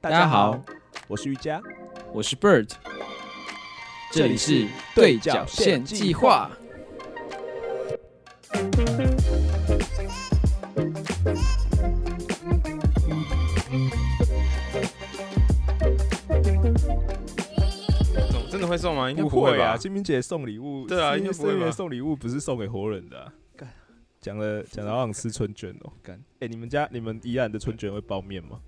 大家好，我是瑜伽， 我是 Bird， 这里是对角线计划。 真的会送吗？应该不会吧？清明节送礼物，对啊，应该不会吧？送礼物不是送给活人的、啊。讲了好想吃春卷哦，干！你们宜兰的春卷会包面吗？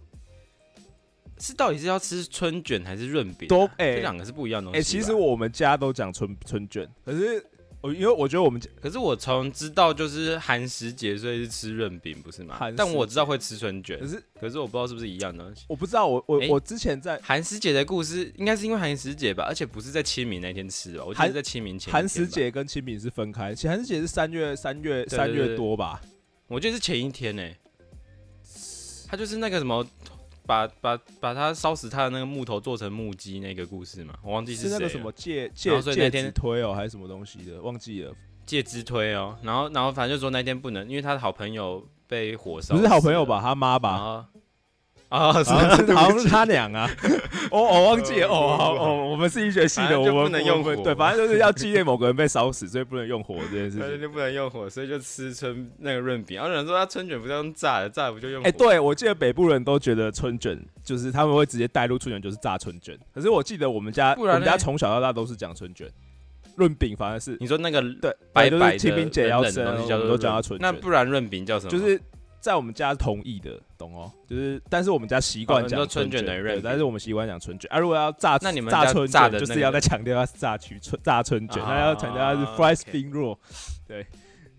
到底是要吃春卷还是润饼、啊？ 都这两个是不一样的东西。 其实我们家都讲春卷，可是因为我觉得我们家， 可是我从知道就是寒食节，所以是吃润饼，不是吗？但我知道会吃春卷，可是我不知道是不是一样的东西。 我不知道，我之前在寒食节的故事，应该是因为寒食节吧，而且不是在清明那天吃吧？我记得在清明前一天吧。 寒食节跟清明是分开，其实寒食节是三月多吧？ 我觉得是前一天呢、他就是那个什么。把他烧死他的那个木头做成木屐那个故事嘛，我忘记是那个什么戒指推还是什么东西的，忘记了。 戒指推然后反正就说那天不能，因为他的好朋友被火烧， 不是好朋友吧，他妈吧。 好像是他娘啊！我忘记了我们是医学系的，我们不能用火， 对，反正就是要纪念某个人被烧死，所以不能用火这件事情， 就不能用火，所以就吃那个润饼。然后有人说他春卷不是用炸的，炸的不就用火？ 对，我记得北部人都觉得春卷就是他们会直接带入春卷就是炸春卷，可是我记得我们家从小到大都是讲春卷，润饼反而是你说那个对白白的清明节要吃的东西都叫它春卷， 那不然润饼叫什么？ 就是在我们家同意的，懂哦？就是，但是我们家习惯讲春卷的润， 但是我们习惯讲春卷。如果要炸， 那你们炸春卷， 的就是要再强调它是炸春卷，它要强调它是 fried spring roll。对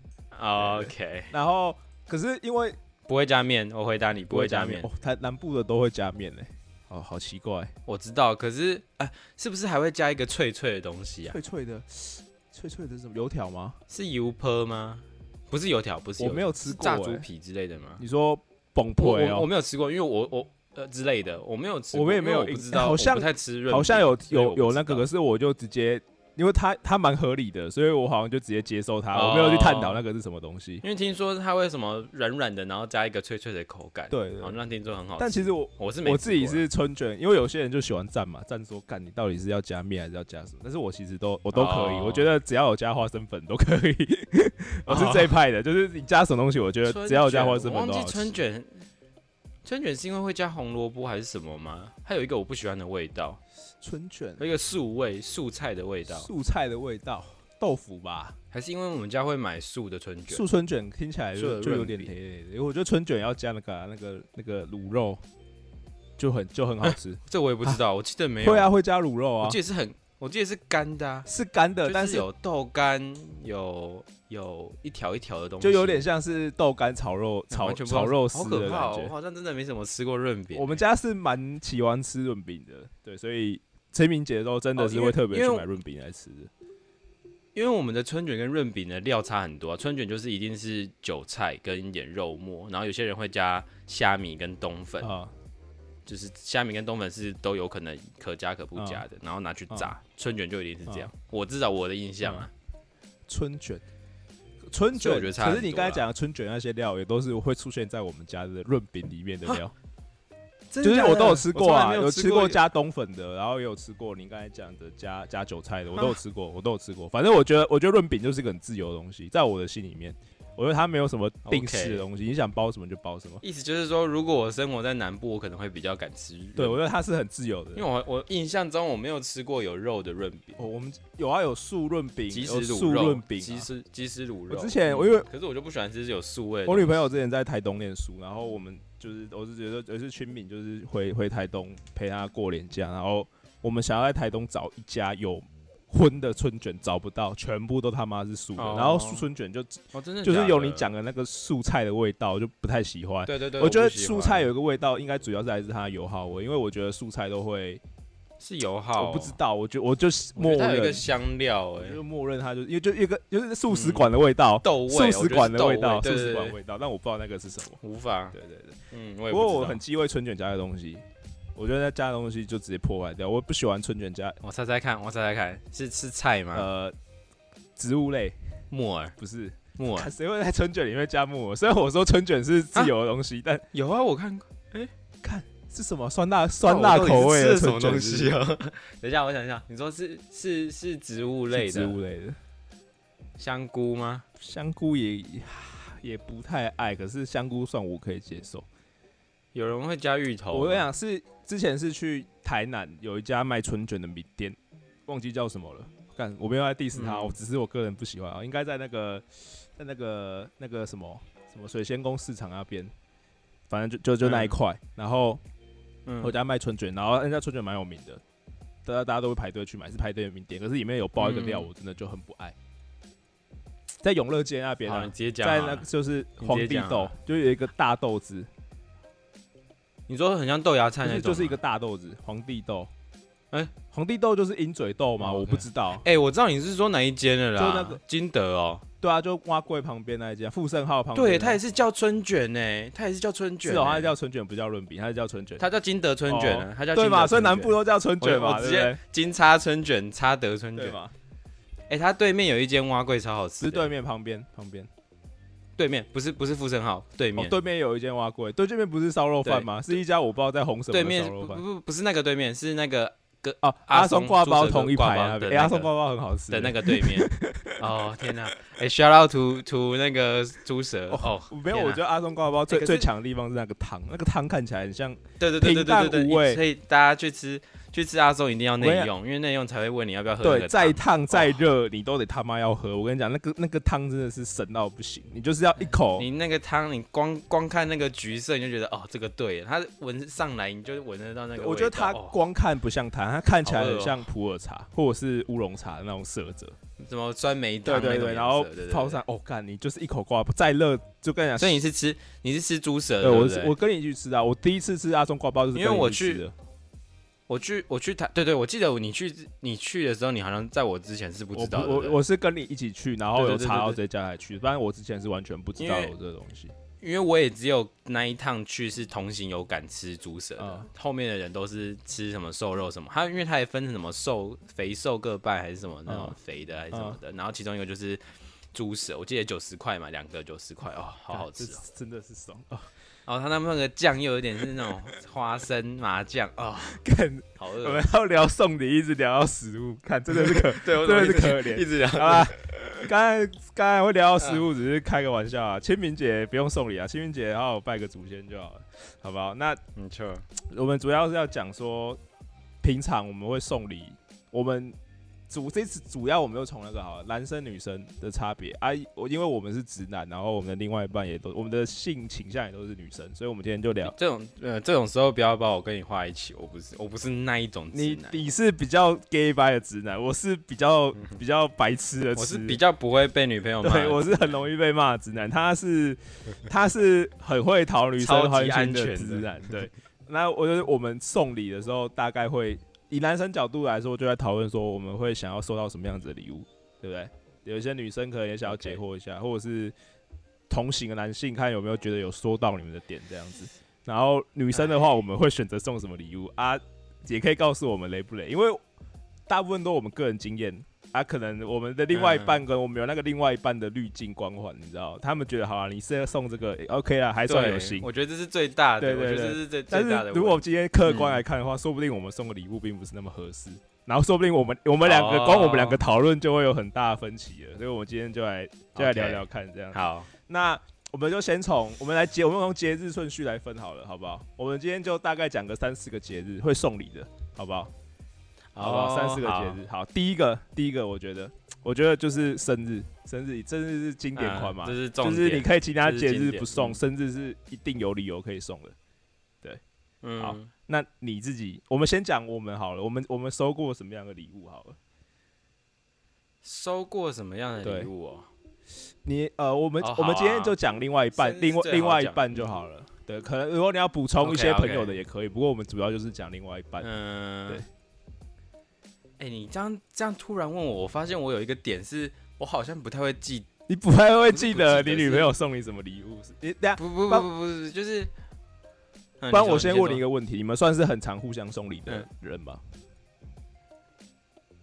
，OK。 然后，可是因为不会加面，我回答你不会加面。 台南部的都会加面嘞，好奇怪。 我知道，可是是不是还会加一个脆脆的东西啊？ 脆脆的是什么？油条吗？ 是油泼吗？不是油条，不是油条， 我没有吃过炸猪皮之类的吗？ 你说崩皮我没有吃过，因为我之类的我没有吃过， 我也没有， 我不知道，好像不太吃润， 好像有那个，可是我就直接，因为它蛮合理的，所以我好像就直接接受它，我没有去探讨那个是什么东西。 因为听说它会什么软软的，然后加一个脆脆的口感， 对， 好像听说很好吃。 但其实我自己是春卷，因为有些人就喜欢蘸嘛，蘸说干你到底是要加面还是要加什么？但是我其实都可以，我觉得只要有加花生粉都可以。我是这一派的，就是你加什么东西，我觉得只要有加花生粉都好吃。 我忘记春卷是因为会加红萝卜还是什么吗？还有一个我不喜欢的味道， 春卷有一个素菜的味道， 豆腐吧？ 还是因为我们家会买素的春卷？ 素春卷听起来就有点甜，因为我觉得春卷要加那个卤肉，就很好吃。 这我也不知道，我记得没有。 会啊，会加卤肉啊。 我记得是干的啊， 是干的，但是有豆干，有一条一条的东西， 就有点像是豆干炒肉丝的感觉。 我好像真的没怎么吃过润饼。 我们家是蛮喜欢吃润饼的，对，所以清明节的时候真的是会特别去买润饼来吃的。 因为我们的春卷跟润饼的料差很多、春卷就是一定是韭菜跟一点肉末，然后有些人会加虾米跟冬粉。就是虾米跟冬粉是都有可能可加可不加的，然后拿去炸。春卷就一定是这样，我至少我的印象啊。 春卷， 我觉得差很多。 可是你刚才讲的春卷那些料，也都是会出现在我们家的润饼里面的料。就是我都有吃过啊，有吃过加冬粉的，然后也有吃过你刚才讲的加韭菜的，我都有吃过。反正我觉得润饼就是一个很自由的东西，在我的心里面。我觉得它没有什么定式的东西，你想包什么就包什么。 意思就是说，如果我生活在南部，我可能会比较敢吃。 对，我觉得它是很自由的。 因为我印象中我没有吃过有肉的润饼。 我们有素润饼， 有素润饼， 鸡丝卤肉。 我之前因为可是我就不喜欢吃有素味。 我女朋友之前在台东念书，然后我们我是觉得有一次群敏就是回台东陪她过年假，然后我们想要在台东找一家有荤的春卷找不到，全部都他妈是素的。然后素春卷就是有你讲的那个素菜的味道，就不太喜欢。 对， 我觉得素菜有一个味道，应该主要是来自它的油耗味，因为我觉得素菜都会是油耗。 我不知道，我就默认它有一个香料， 就默认它因为就一个就是素食馆的味道， 豆味， 素食馆的味道， 素食馆味道，但我不知道那个是什么， 无法。 对， 不过我很忌讳春卷加的东西。我觉得加的东西就直接破坏掉，我不喜欢春卷加。 我猜猜看，是菜吗？ 植物类， 木耳不是木耳， 谁会在春卷里面加木耳？虽然我说春卷是自由的东西，但有啊，我看过， 是什么酸辣口味的什么东西啊？等一下，我想一下，你说是植物类的？ 植物类的。 香菇吗？ 香菇也不太爱，可是香菇算我可以接受。 有人会加芋头。 我跟你讲，之前是去台南有一家卖春卷的米店，忘记叫什么了。干，我没有在 diss 他，只是我个人不喜欢啊。应该在那个什么水仙宫市场那边，反正就那一块。然后我家卖春卷，然后人家春卷蛮有名的，大家都会排队去买，是排队的名店。可是里面有包一个料，我真的就很不爱。在永乐街那边啊，在那就是皇帝豆，就有一个大豆子。 你说很像豆芽菜那种， 就是一个大豆子，皇帝豆。皇帝豆就是鹰嘴豆吗？我不知道。 我知道你是说哪一间的啦，就那个金德哦。 对啊，就蛙柜旁边那一间，富盛号旁边。 对，它也是叫春卷它也是叫春卷。 是哦，它叫春卷，不叫润饼，它是叫春卷。 它叫金德春卷它叫对嘛？所以南部都叫春卷嘛， 我直接金叉春卷、叉德春卷嘛。 它对面有一间蛙柜超好吃。 是对面旁边。 对面不是富盛号，对面对面有一间蛙柜，对面不是烧肉饭吗？是一家我不知道在红什么的烧肉饭。 不是那个对面，是那个阿松挂包同一排那边，阿松挂包很好吃的那个对面。哦天哪！shout out to 那个猪蛇没有，我觉得阿松挂包最强的地方是那个汤看起来很像平淡无味， 所以大家去吃阿松一定要内用，因为内用才会问你要不要喝那个汤。 对，再烫再热你都得他妈要喝。我跟你讲，那个汤真的是神到不行，你就是要一口。 你那个汤，你光看那个橘色，你就觉得这个对了。它闻上来，你就闻得到那个味道。 我觉得它光看不像汤，它看起来很像普洱茶或者是乌龙茶的那种色泽。 什么酸梅汤？ 对，然后泡上干你就是一口挂再热就跟你讲。 所以你是吃猪舌的，对， 我跟你一起吃啊。我第一次吃阿松挂包就是跟你一起吃的。 我去台，对，我记得你去的时候，你好像在我之前是不知道的。 我是跟你一起去，然后有查到这家才去，不然我之前是完全不知道有这个东西。 因为我也只有那一趟去是同行有敢吃猪舌的，后面的人都是吃什么瘦肉什么。因为它也分什么肥瘦各半还是什么那种肥的还是什么的，然后其中一个就是猪舌，我记得90块嘛，2个90块好好吃真的是爽他那个酱又有点是那种花生麻酱看好饿。 我们要聊送礼，一直聊到食物，看真的是真的是可怜， 一直聊。 好吧，刚才会聊到食物，只是开个玩笑啊。清明节不用送礼啊，清明节好好拜个祖先就好了，好不好？那没错， 我们主要是要讲说，平常我们会送礼，我们这次主要我们就从那个好了，男生女生的差别啊。因为我们是直男，然后我们的另外一半也都，我们的性倾向也都是女生，所以我们今天就聊这种时候不要把我跟你画一起，我不是那一种直男。 你是比较 gay 白的直男，我是比较白痴的直男。 我是比较不会被女朋友骂。 对，我是很容易被骂的直男，他是很会讨女生欢心的直男。对，那我觉得我们送礼的时候，大概会以男生角度来说，就在讨论说我们会想要收到什么样子的礼物，对不对？有一些女生可能也想要解惑一下，或者是同行的男性看有没有觉得有说到你们的点这样子。然后女生的话，我们会选择送什么礼物啊？也可以告诉我们雷不雷，因为大部分都我们个人经验啊，可能我们的另外一半跟我们有那个另外一半的滤镜光环，你知道，他们觉得好啊，你是要送这个 OK 啦，还算有心。 我觉得这是最大的， 对， 我觉得这是最大的。但是如果今天客观来看的话，说不定我们送的礼物并不是那么合适，然后说不定我们两个光我们两个讨论就会有很大的分歧了，所以我们今天就来聊聊看这样。 好， 那我们就先我们用节日顺序来分好了，好不好？我们今天就大概讲个3-4个节日会送礼的，好不好？好不好？3-4个节日。好，第一个我觉得就是生日是经典款嘛， 这是重点， 就是你可以其他节日不送，生日是一定有理由可以送的。对，好，那你自己，我们先讲我们好了，我们收过什么样的礼物好了？ 收过什么样的礼物哦？ 你我们今天就讲另外一半，另外一半就好了。对，可能如果你要补充一些朋友的也可以，不过我们主要就是讲另外一半。对。 你这样突然问我发现我有一个点是，我好像不太会记， 你不太会记得你女朋友送你什么礼物？ 不是，就是， 不然我先问你一个问题：你们算是很常互相送礼的人吗？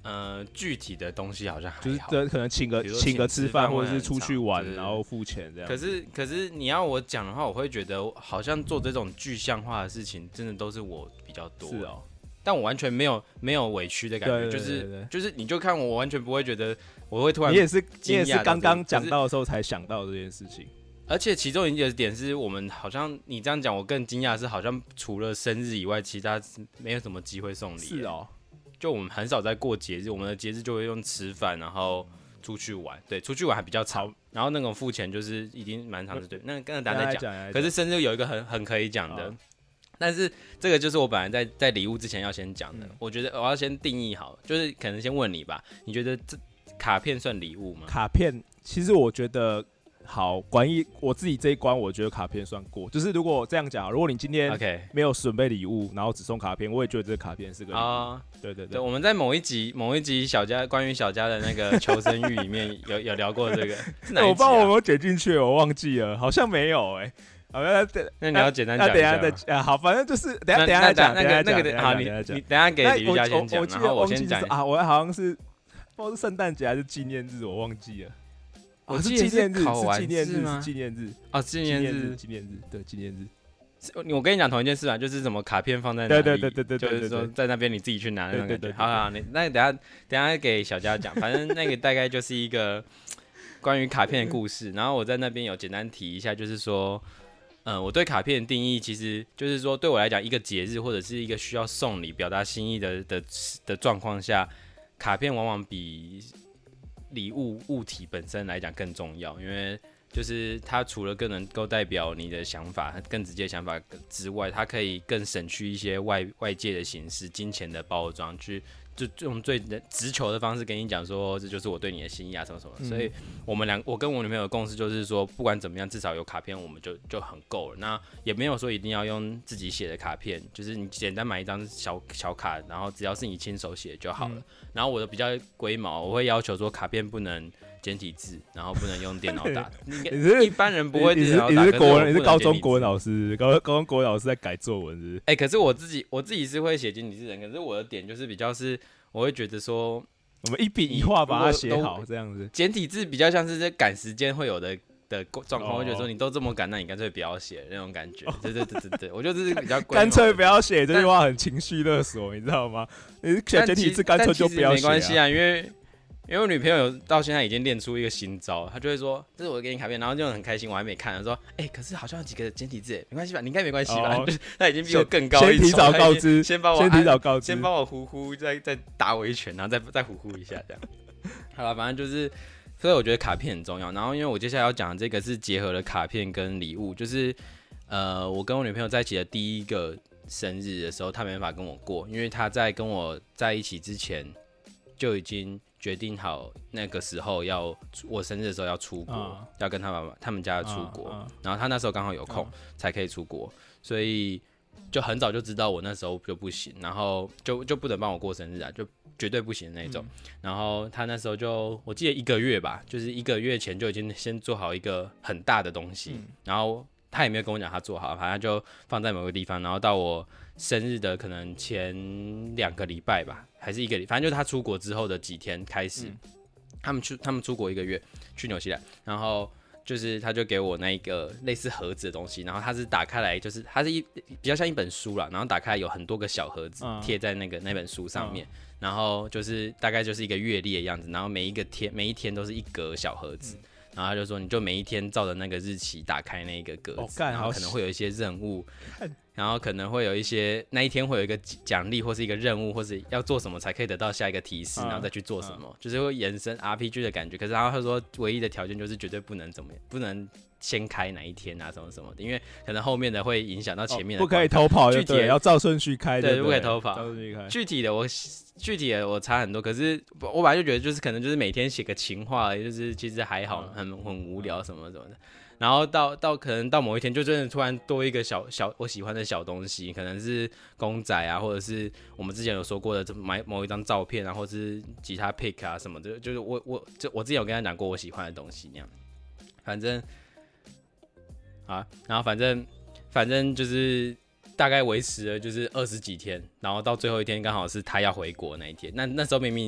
具体的东西好像还好， 就是这可能请个吃饭，或者是出去玩，然后付钱这样。 可是你要我讲的话，我会觉得好像做这种具象化的事情，真的都是我比较多。 是哦， 但我完全没有委屈的感觉，就是你就看我完全不会觉得我会突然。 你也是刚刚讲到的时候才想到这件事情。 而且其中一个点是我们好像你这样讲，我更惊讶的是，好像除了生日以外，其他没有什么机会送礼。 是哦。 就我们很少在过节日，我们的节日就会用吃饭，然后出去玩。对，出去玩还比较长，然后那种付钱就是已经蛮长的。对，那跟大家再讲。可是生日有一个很可以讲的，但是这个就是我本来在礼物之前要先讲的。我觉得我要先定义好，就是可能先问你吧，你觉得这卡片算礼物吗？ 卡片其实我觉得。好，关于我自己这一关，我觉得卡片算过。就是如果这样讲，如果你今天没有准备礼物，然后只送卡片，我也觉得这个卡片是个礼物。对， 我们在某一集关于小家的那个求生欲里面有聊过这个。是哪一集啊？ 我不知道我有没有剪进去，我忘记了，好像没有好， 那你要简单讲一下。 等一下好，反正就是等一下讲。 好，你等一下给李玉佳先讲，然后我先讲啊。我好像是不知道是圣诞节还是纪念日，我忘记了。 我记得是考完试吗？ 纪念日哦，纪念日， 对，纪念日。 我跟你讲同一件事啊，就是什么卡片放在哪里， 对， 就是说在那边你自己去拿那种感觉。好，那等下给小佳讲，反正那个大概就是一个关于卡片的故事。然后我在那边有简单提一下，就是说，我对卡片的定义，其实就是说对我来讲，一个节日或者是一个需要送礼表达心意的状况下，卡片往往比礼物物体本身来讲更重要，因为就是它除了更能够代表你的想法、更直接的想法之外，它可以更省去一些外界的形式、金钱的包装，就用最直球的方式跟你讲说，这就是我对你的心意啊，什么什么。所以我跟我女朋友的共识就是说，不管怎么样，至少有卡片我们就很够了。那也没有说一定要用自己写的卡片，就是你简单买一张小卡，然后只要是你亲手写就好了。然后我的比较龟毛，我会要求说卡片不能简体字，然后不能用电脑打。一般人不会电脑打。 你是高中国文老师，高中国文老师在改作文是不是？ 可是我自己是会写简体字的人，可是我的点就是比较是。我会觉得说， 我们一笔一画把它写好，这样子。 简体字比较像是在赶时间会有的状况，会觉得说你都这么赶，那你干脆不要写那种感觉。对，我觉得这是比较干脆不要写这句话很情绪勒索，你知道吗？你写简体字干脆就不要写。 没关系啊，因为我女朋友到现在已经练出一个新招，她就会说：“这是我给你卡片。”然后就很开心，我还没看，她说：“可是好像有几个简体字，没关系吧？你应该没关系吧？”就是她已经比我更高一筹， 先提早告知， 先帮我呼呼，再打我一拳，然后再呼呼一下这样。好了，反正就是，所以我觉得卡片很重要。然后因为我接下来要讲的这个是结合了卡片跟礼物，就是我跟我女朋友在一起的第一个生日的时候，她没办法跟我过，因为她在跟我在一起之前就已经决定好那个时候我生日的时候要出国，要跟他们家出国，然后他那时候刚好有空，才可以出国，所以就很早就知道我那时候就不行，然后就不能帮我过生日啊，就绝对不行的那种。然后他那时候我记得1个月吧，就是1个月前就已经先做好一个很大的东西，然后他也没有跟我讲他做好，反正就放在某个地方，然后到我生日的可能前2个礼拜吧，还是1个礼拜，反正就是他出国之后的几天开始，他们出国1个月去纽西兰，然后就是他就给我那一个类似盒子的东西，然后它是打开来就是它是比较像一本书啦，然后打开来有很多个小盒子贴在那本书上面，然后就是大概就是一个月历的样子，然后每一天都是1格小盒子。然后他就说，你就每一天照着那个日期打开那个格子，然后可能会有一些任务，然后可能会有一些那一天会有一个奖励，或是一个任务，或是要做什么才可以得到下一个提示，然后再去做什么，就是会延伸 RPG 的感觉。可是然后他说，唯一的条件就是绝对不能不能先开哪一天啊，什么什么的，因为可能后面的会影响到前面的。 不可以偷跑，具体要照顺序开。 对，不可以偷跑。具体的我差很多，可是我本来就觉得就是可能就是每天写个情话，就是其实还好，很无聊什么什么的。然后可能到某一天，就真的突然多一个小我喜欢的小东西，可能是公仔啊，或者是我们之前有说过的买某一张照片啊，或者是吉他 pick 啊什么的，就是我之前有跟他讲过我喜欢的东西那样。反正啊，然后反正就是大概维持了就是20几天，然后到最后一天刚好是他要回国那一天。那时候明明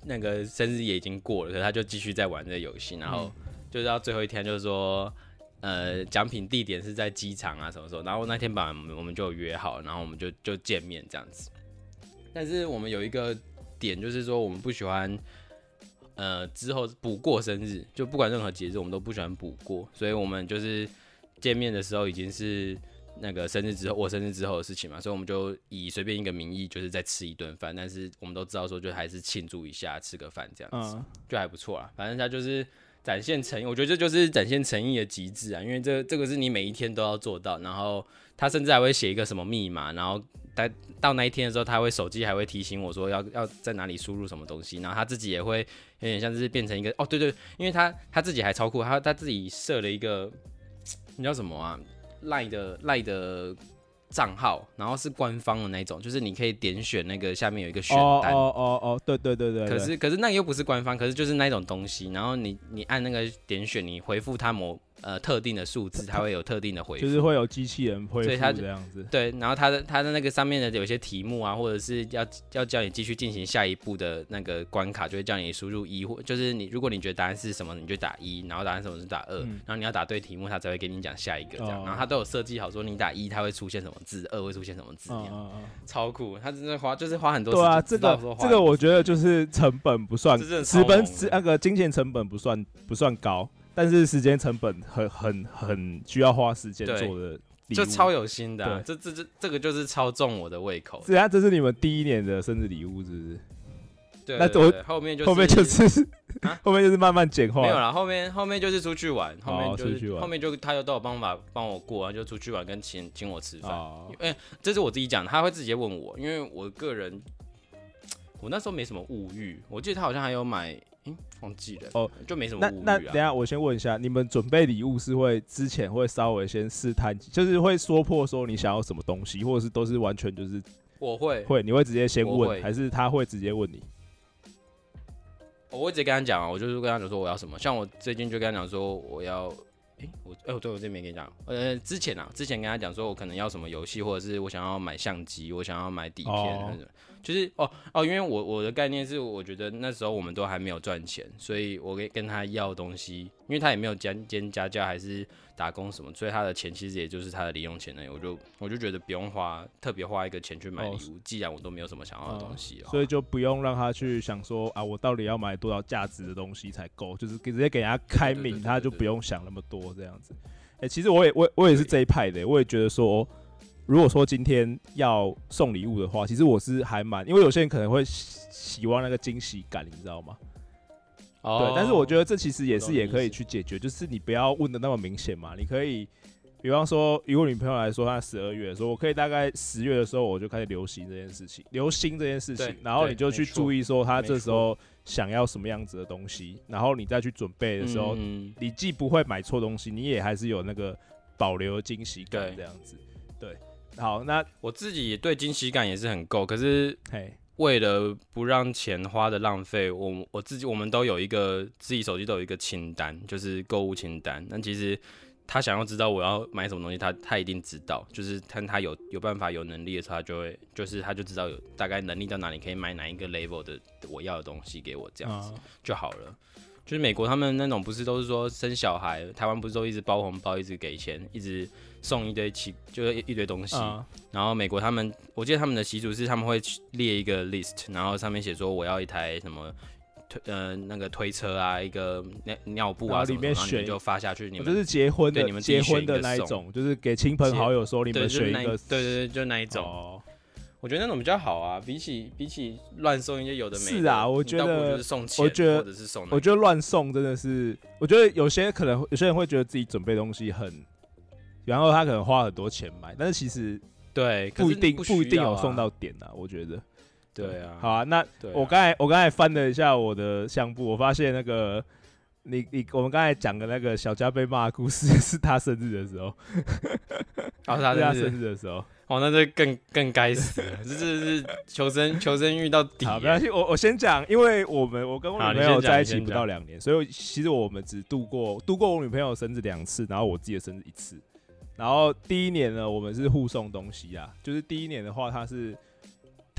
那个生日也已经过了，可是他就继续在玩这个游戏，然后就是到最后一天，就是说，奖品地点是在机场啊什么时候，然后那天晚上我们就有约好，然后我们就见面这样子。但是我们有一个点，就是说我们不喜欢，之后补过生日，就不管任何节日，我们都不喜欢补过，所以我们就是见面的时候已经是那个我生日之后的事情嘛，所以我们就以随便一个名义，就是再吃一顿饭，但是我们都知道说，就还是庆祝一下，吃个饭这样子，就还不错啦。反正他就是展现诚意，我觉得这就是展现诚意的极致啊，因为这个是你每一天都要做到，然后他甚至还会写一个什么密码，然后到那一天的时候，他会手机还会提醒我说要在哪里输入什么东西，然后他自己也会有点像是变成一个对，因为他自己还超酷，他自己设了一个你叫什么啊赖的账号，然后是官方的那种，就是你可以点选那个下面有一个选单。对。可是那个又不是官方，可是就是那种东西，然后你按那个点选，你回复他特定的数字，它会有特定的回复， 就是会有机器人回复这样子。 对，然后它的那个上面的有些题目啊，或者是要叫你继续进行下一步的那个关卡，就会叫你输入1，或就是如果你觉得答案是什么，你就打1，然后答案什么是打2，然后你要答对题目，它才会给你讲下一个这样。然后它都有设计好说你打1，它会出现什么字，2会出现什么字，超酷。它真的花很多时间。对啊， 这个我觉得就是成本不算，那个金钱成本不算高。但是时间成本很需要花时间做的礼物， 就超有心的、啊。这个就是超中我的胃口。 这是你们第一年的生日礼物，是不是？ 对， 那后面就是慢慢简化。 没有啦，后面就是出去玩，后面就他又都有办法帮我过，然后就出去玩跟请我吃饭。这是我自己讲的，他会直接问我，因为我个人我那时候没什么物欲，我记得他好像还有买。忘记了就没什么物欲啊。 那等一下我先问一下，你们准备礼物是会之前会稍微先试探，就是会说破说你想要什么东西，或者是都是完全就是我会你会直接先问，还是他会直接问你？ 我会直接跟他讲啊，我就是跟他讲说我要什么，像我最近就跟他讲说我要。对，我这边没跟你讲。之前跟他讲说，我可能要什么游戏，或者是我想要买相机，我想要买底片，就是因为我的概念是，我觉得那时候我们都还没有赚钱，所以我跟他要东西，因为他也没有兼家教还是打工什么，所以他的钱其实也就是他的零用钱而已。我就觉得不用特别花一个钱去买礼物，既然我都没有什么想要的东西， 所以就不用让他去想说我到底要买多少价值的东西才够，就是直接给人家开明，他就不用想那么多这样子。其实我也是这一派的，我也觉得说，如果说今天要送礼物的话，其实我是还蛮，因为有些人可能会希望那个惊喜感，你知道吗？对，但是我觉得这其实也可以去解决，就是你不要问的那么明显嘛，你可以，比方说以我女朋友来说，她12月的时候，我可以大概10月的时候我就开始流行这件事情，然后你就去注意说她这时候想要什么样子的东西，然后你再去准备的时候，你既不会买错东西，你也还是有那个保留惊喜感这样子。对，好，那我自己对惊喜感也是很够，可是为了不让钱花的浪费，我们都有一个自己手机都有一个清单，就是购物清单。但其实他想要知道我要买什么东西，他一定知道，就是他有办法有能力的时候，他就知道有大概能力到哪里可以买哪一个 level 的我要的东西给我，这样子就好了。就是美国他们那种不是都是说生小孩，台湾不是都一直包红包，一直给钱，一直送一堆就是一堆东西。然后美国我记得他们的习俗是他们会列一个 list， 然后上面写说我要一台什么那个推车啊，一个尿布啊什么的，然后你们就发下去。你们就是结婚的那一种，就是给亲朋好友说你们选一个， 对，就那一种。我觉得那种比较好啊，比起乱送一些有的没的。 是啊，我觉得就是送钱，或者是送。 我觉得乱送真的是，我觉得有些人会觉得自己准备东西然后他可能花很多钱买，但是其实对不一定有送到点啊，我觉得。 对啊， 好啊，那我刚才翻了一下我的相簿，我发现那个我们刚才讲的那个小佳被骂的故事是他生日的时候， 是他生日的时候。 那这更该死了，这是求生欲到底。 好，没关系，我先讲，因为我跟我女朋友在一起不到2年，所以其实我们只度过我女朋友生日2次，然后我自己的生日1次。然后第一年呢，我们是互送东西啊，就是第一年的话，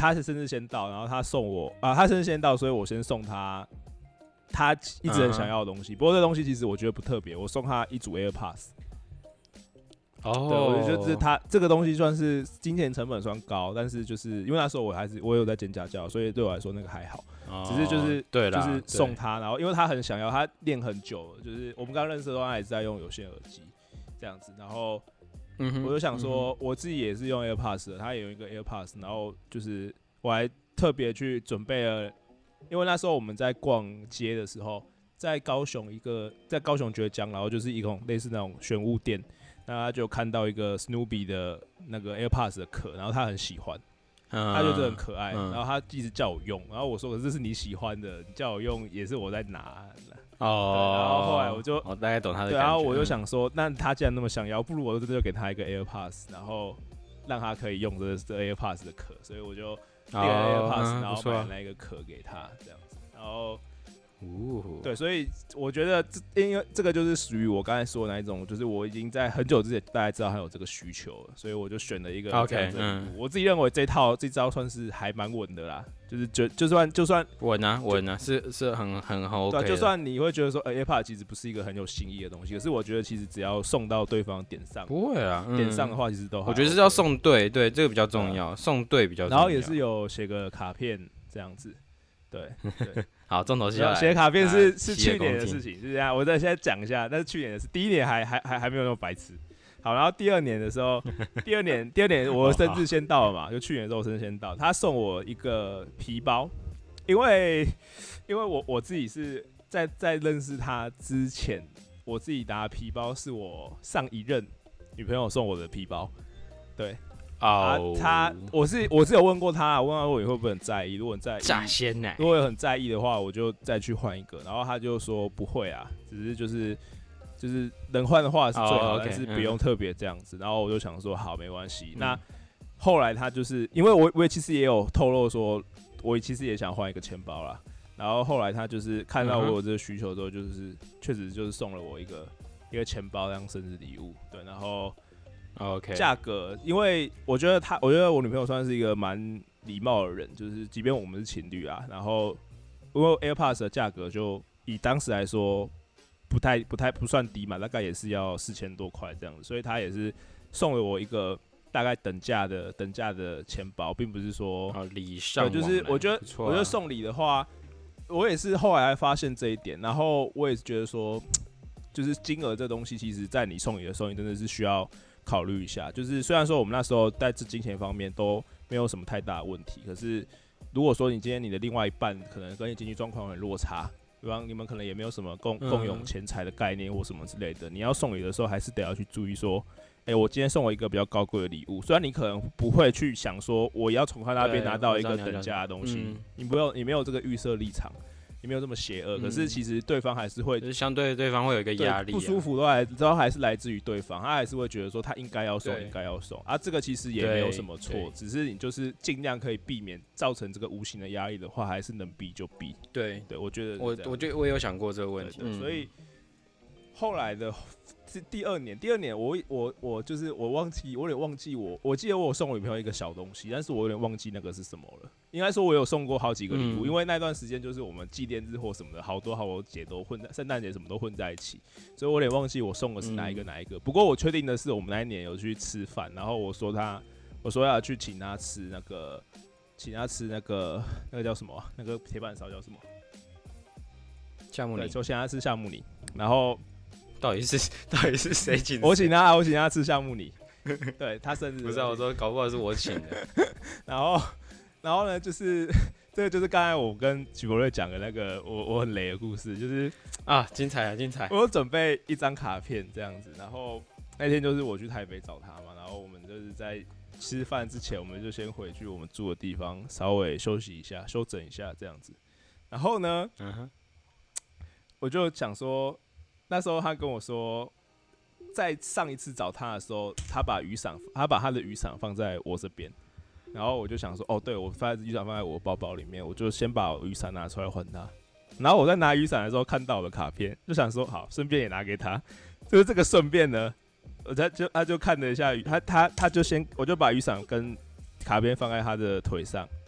他是生日先到，然后他送我他生日先到，所以我先送他一直很想要的东西。不过这东西其实我觉得不特别，我送他一组 AirPods。对，我觉得就是他这个东西算是金钱成本算高，但是就是因为那时候我有在兼家教，所以对我来说那个还好。只是就是送他，然后因为他很想要，他练很久了，就是我们刚认识的话，他也是在用有线耳机这样子，然后我就想说，我自己也是用 AirPods 的，他也有一个 AirPods， 然后就是我还特别去准备了，因为那时候我们在逛街的时候，在高雄崛江，然后就是一种类似那种选物店。那他就看到一个 Snoopy 的那个 AirPods 的壳，然后他很喜欢，他就真的很可爱，然后他一直叫我用，然后我说可是这是你喜欢的，你叫我用也是我在拿。然后后来我大概懂他的感觉。 对，然后我就想说，那他既然那么想要，不如我就给他一个 AirPods， 然后让他可以用这 AirPods 的壳，所以我就那个 AirPods， 然后买了那个壳给他这样子，然后。对，所以我觉得因为这个就是属于我刚才说的那一种，就是我已经在很久之前大概知道他有这个需求了，所以我就选了一个这样子的礼物。我自己认为这招算是还蛮稳的啦，就是就算稳啊，是很 OK 的。 对，就算你会觉得说AirPods 其实不是一个很有新意的东西，可是我觉得其实只要送到对方点上， 不会啊， 点上的话其实都好。 我觉得是要送对，这个比较重要，送对比较重要。 然后也是有写个卡片这样子。对， 好，重头戏要来。 写卡片是去年的事情，是这样。我现在讲一下，但是去年的事，第一年还没有那么白痴。好，然后第二年的时候，第二年我生日先到了嘛，就去年的时候我生日先到，他送我一个皮包，因为我自己是在认识他之前，我自己拿的皮包是我上一任女朋友送我的皮包，对。我是有问过他，问他你会不会很在意？如果很在意， 炸鲜奶。 如果很在意的话，我就再去换一个。然后他就说不会啊，只是就是能换的话是最好，但是不用特别这样子。然后我就想说好，没关系。那后来他就是因为我其实也有透露说，我其实也想换一个钱包啦。然后后来他就是看到我有这个需求之后，就是确实就是送了我一个钱包当生日礼物。对，然后。 OK， 价格，因为我觉得我女朋友算是一个蛮礼貌的人，就是即便我们是情侣啊，然后因为 AirPods 的价格就以当时来说不算低嘛，大概也是要4000多块这样子，所以她也是送了我一个大概等价的钱包，并不是说礼尚往来， 就是我觉得送礼的话，我也是后来发现这一点，然后我也是觉得说，就是金额这东西，其实在你送礼的时候，你真的是需要。考虑一下，就是虽然说我们那时候在金钱方面都没有什么太大的问题，可是如果说你今天你的另外一半可能跟你经济状况有落差，比方你们可能也没有什么共用钱财的概念或什么之类的，你要送礼的时候还是得要去注意说，我今天送我一个比较高贵的礼物，虽然你可能不会去想说我要从他那边拿到一个等价的东西，你没有这个预设立场。也没有这么邪恶，可是其实对方还是会， 就是相对对方会有一个压力、 不舒服都还是来自于对方，他还是会觉得说他应该要送，这个其实也没有什么错，只是你就是尽量可以避免造成这个无形的压力的话，还是能避就避。对，我觉得我觉得我也有想过这个问题， 所以后来的第二年我就是我有点忘记我记得我有送我女朋友一个小东西，但是我有点忘记那个是什么了。应该说我有送过好几个礼物，因为那段时间就是我们纪念日或什么的，好多节都混在，圣诞节什么都混在一起，所以我有点忘记我送的是哪一个。不过我确定的是，我们那一年有去吃饭，然后我说要去请他吃那个叫什么、啊？那个铁板烧叫什么？ 夏目里。 对，就请他吃夏目里，然后。 到底是谁请？ 我请他吃夏目里，对他生日。 不是、啊，我说搞不好是我请的。 然后呢，就是这个就是刚才我跟许博瑞讲的那个我很雷的故事，就是精彩啊，精彩！ 我有准备一张卡片这样子，然后那天就是我去台北找他嘛，然后我们就是在吃饭之前，我们就先回去我们住的地方稍微休息一下、休整一下这样子。然后呢，我就想说。那时候他跟我说，在上一次找他的时候，他把他的雨伞放在我这边，然后我就想说，对，我把雨伞放在我包包里面，我就先把雨伞拿出来还他。然后我在拿雨伞的时候看到我的卡片，就想说好，顺便也拿给他。就是这个顺便呢，他就看了一下他就我就把雨伞跟卡片放在他的腿上，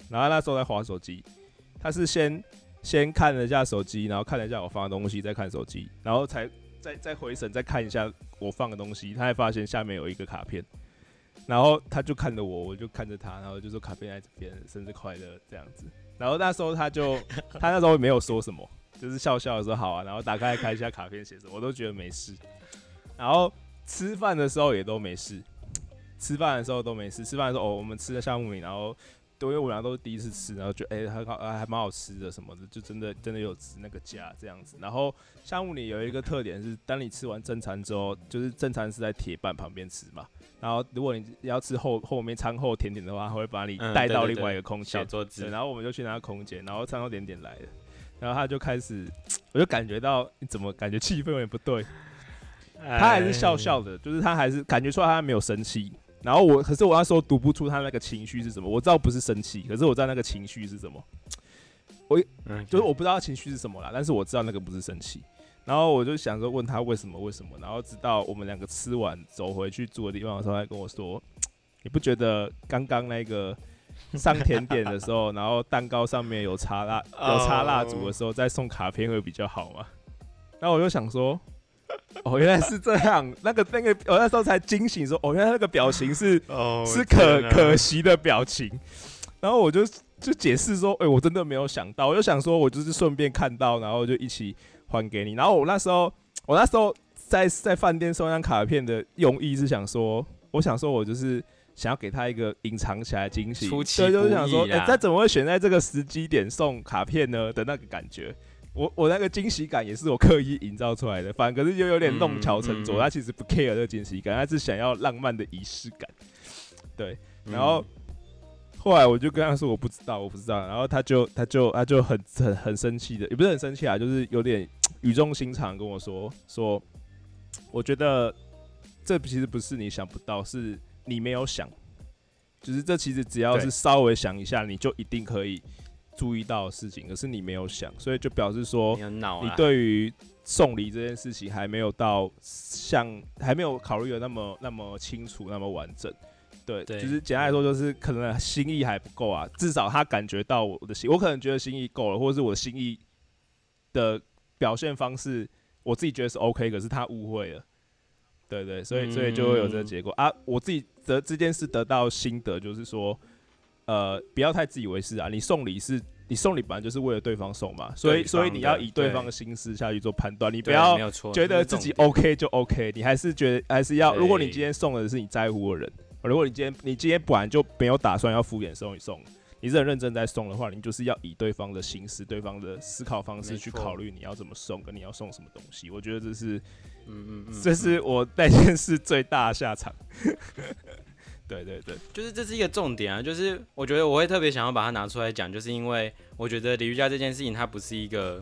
然后他那时候在滑手机，他是先看了一下手机，然后看了一下我放的东西，再看手机，然后才再回神再看一下我放的东西，他才发现下面有一个卡片，然后他就看着我，我就看着他，然后就说卡片在这边，生日快乐这样子。然后那时候他那时候没有说什么，就是笑笑的说好啊，然后打开来看一下卡片写什么，我都觉得没事。然后吃饭的时候也都没事，吃饭的时候我们吃的橡木泥，然后因为我俩都是第一次吃，然后就还蛮好吃的什么的，就真的有值那个价这样子。然后橡木泥有一个特点是，当你吃完正餐之后，就是正餐是在铁板旁边吃嘛，然后如果你要吃后面餐后甜点的话，他会把你带到另外一个空间， 小桌子， 然后我们就去那个空间，然后餐后甜点来了，然后他就开始，我就感觉到你怎么感觉气氛有点不对，他还是笑笑的，就是他还是感觉出来他没有生气。然后可是我那时候读不出他那个情绪是什么，我知道不是生气，可是我知道那个情绪是什么。就是我不知道情绪是什么啦，但是我知道那个不是生气。然后我就想说问他为什么，然后直到我们两个吃完走回去住的地方的时候，他跟我说：“你不觉得刚刚那个上甜点的时候，然后蛋糕上面有插蜡烛的时候，再送卡片会比较好吗？”然后我就想说。哦，原来是这样。那个，我那时候才惊醒说，原来那个表情是可惜的表情。然后我就解释说，我真的没有想到，我就想说我就是顺便看到，然后就一起还给你。然后我那时候在饭店收那张卡片的用意是想说，我就是想要给他一个隐藏起来的惊喜，对，就是想说，他怎么会选在这个时机点送卡片呢的那个感觉。我那个惊喜感也是我刻意营造出来的，反正可是又有点弄巧成拙。他其实不 care 这个惊喜感，他是想要浪漫的仪式感。对，然后后来我就跟他说我不知道，然后他就很生气的，也不是很生气啊，就是有点语重心长跟我说，我觉得这其实不是你想不到，是你没有想，就是这其实只要是稍微想一下，你就一定可以。注意到的事情，可是你没有想，所以就表示说，你对于送礼这件事情还没有还没有考虑的那么清楚，那么完整。对，就是简单来说，就是可能心意还不够啊。至少他感觉到我的心，我可能觉得心意够了，或者是我的心意的表现方式，我自己觉得是 OK， 可是他误会了。对，所以就会有这个结果啊。我自己这件事得到心得就是说。不要太自以为是啊！你送礼本来就是为了对方送嘛，所以你要以对方的心思下去做判断，你不要觉得自己 OK 就 OK， 你还是要，如果你今天送的是你在乎的人，如果你今天本来就没有打算要敷衍送一送，你是很认真在送的话，你就是要以对方的心思、对方的思考方式去考虑你要怎么送，跟你要送什么东西。我觉得这是我那件事最大的下场。对， 就是这是一个重点啊，就是我觉得我会特别想要把它拿出来讲，就是因为我觉得礼瑜伽这件事情，它不是一个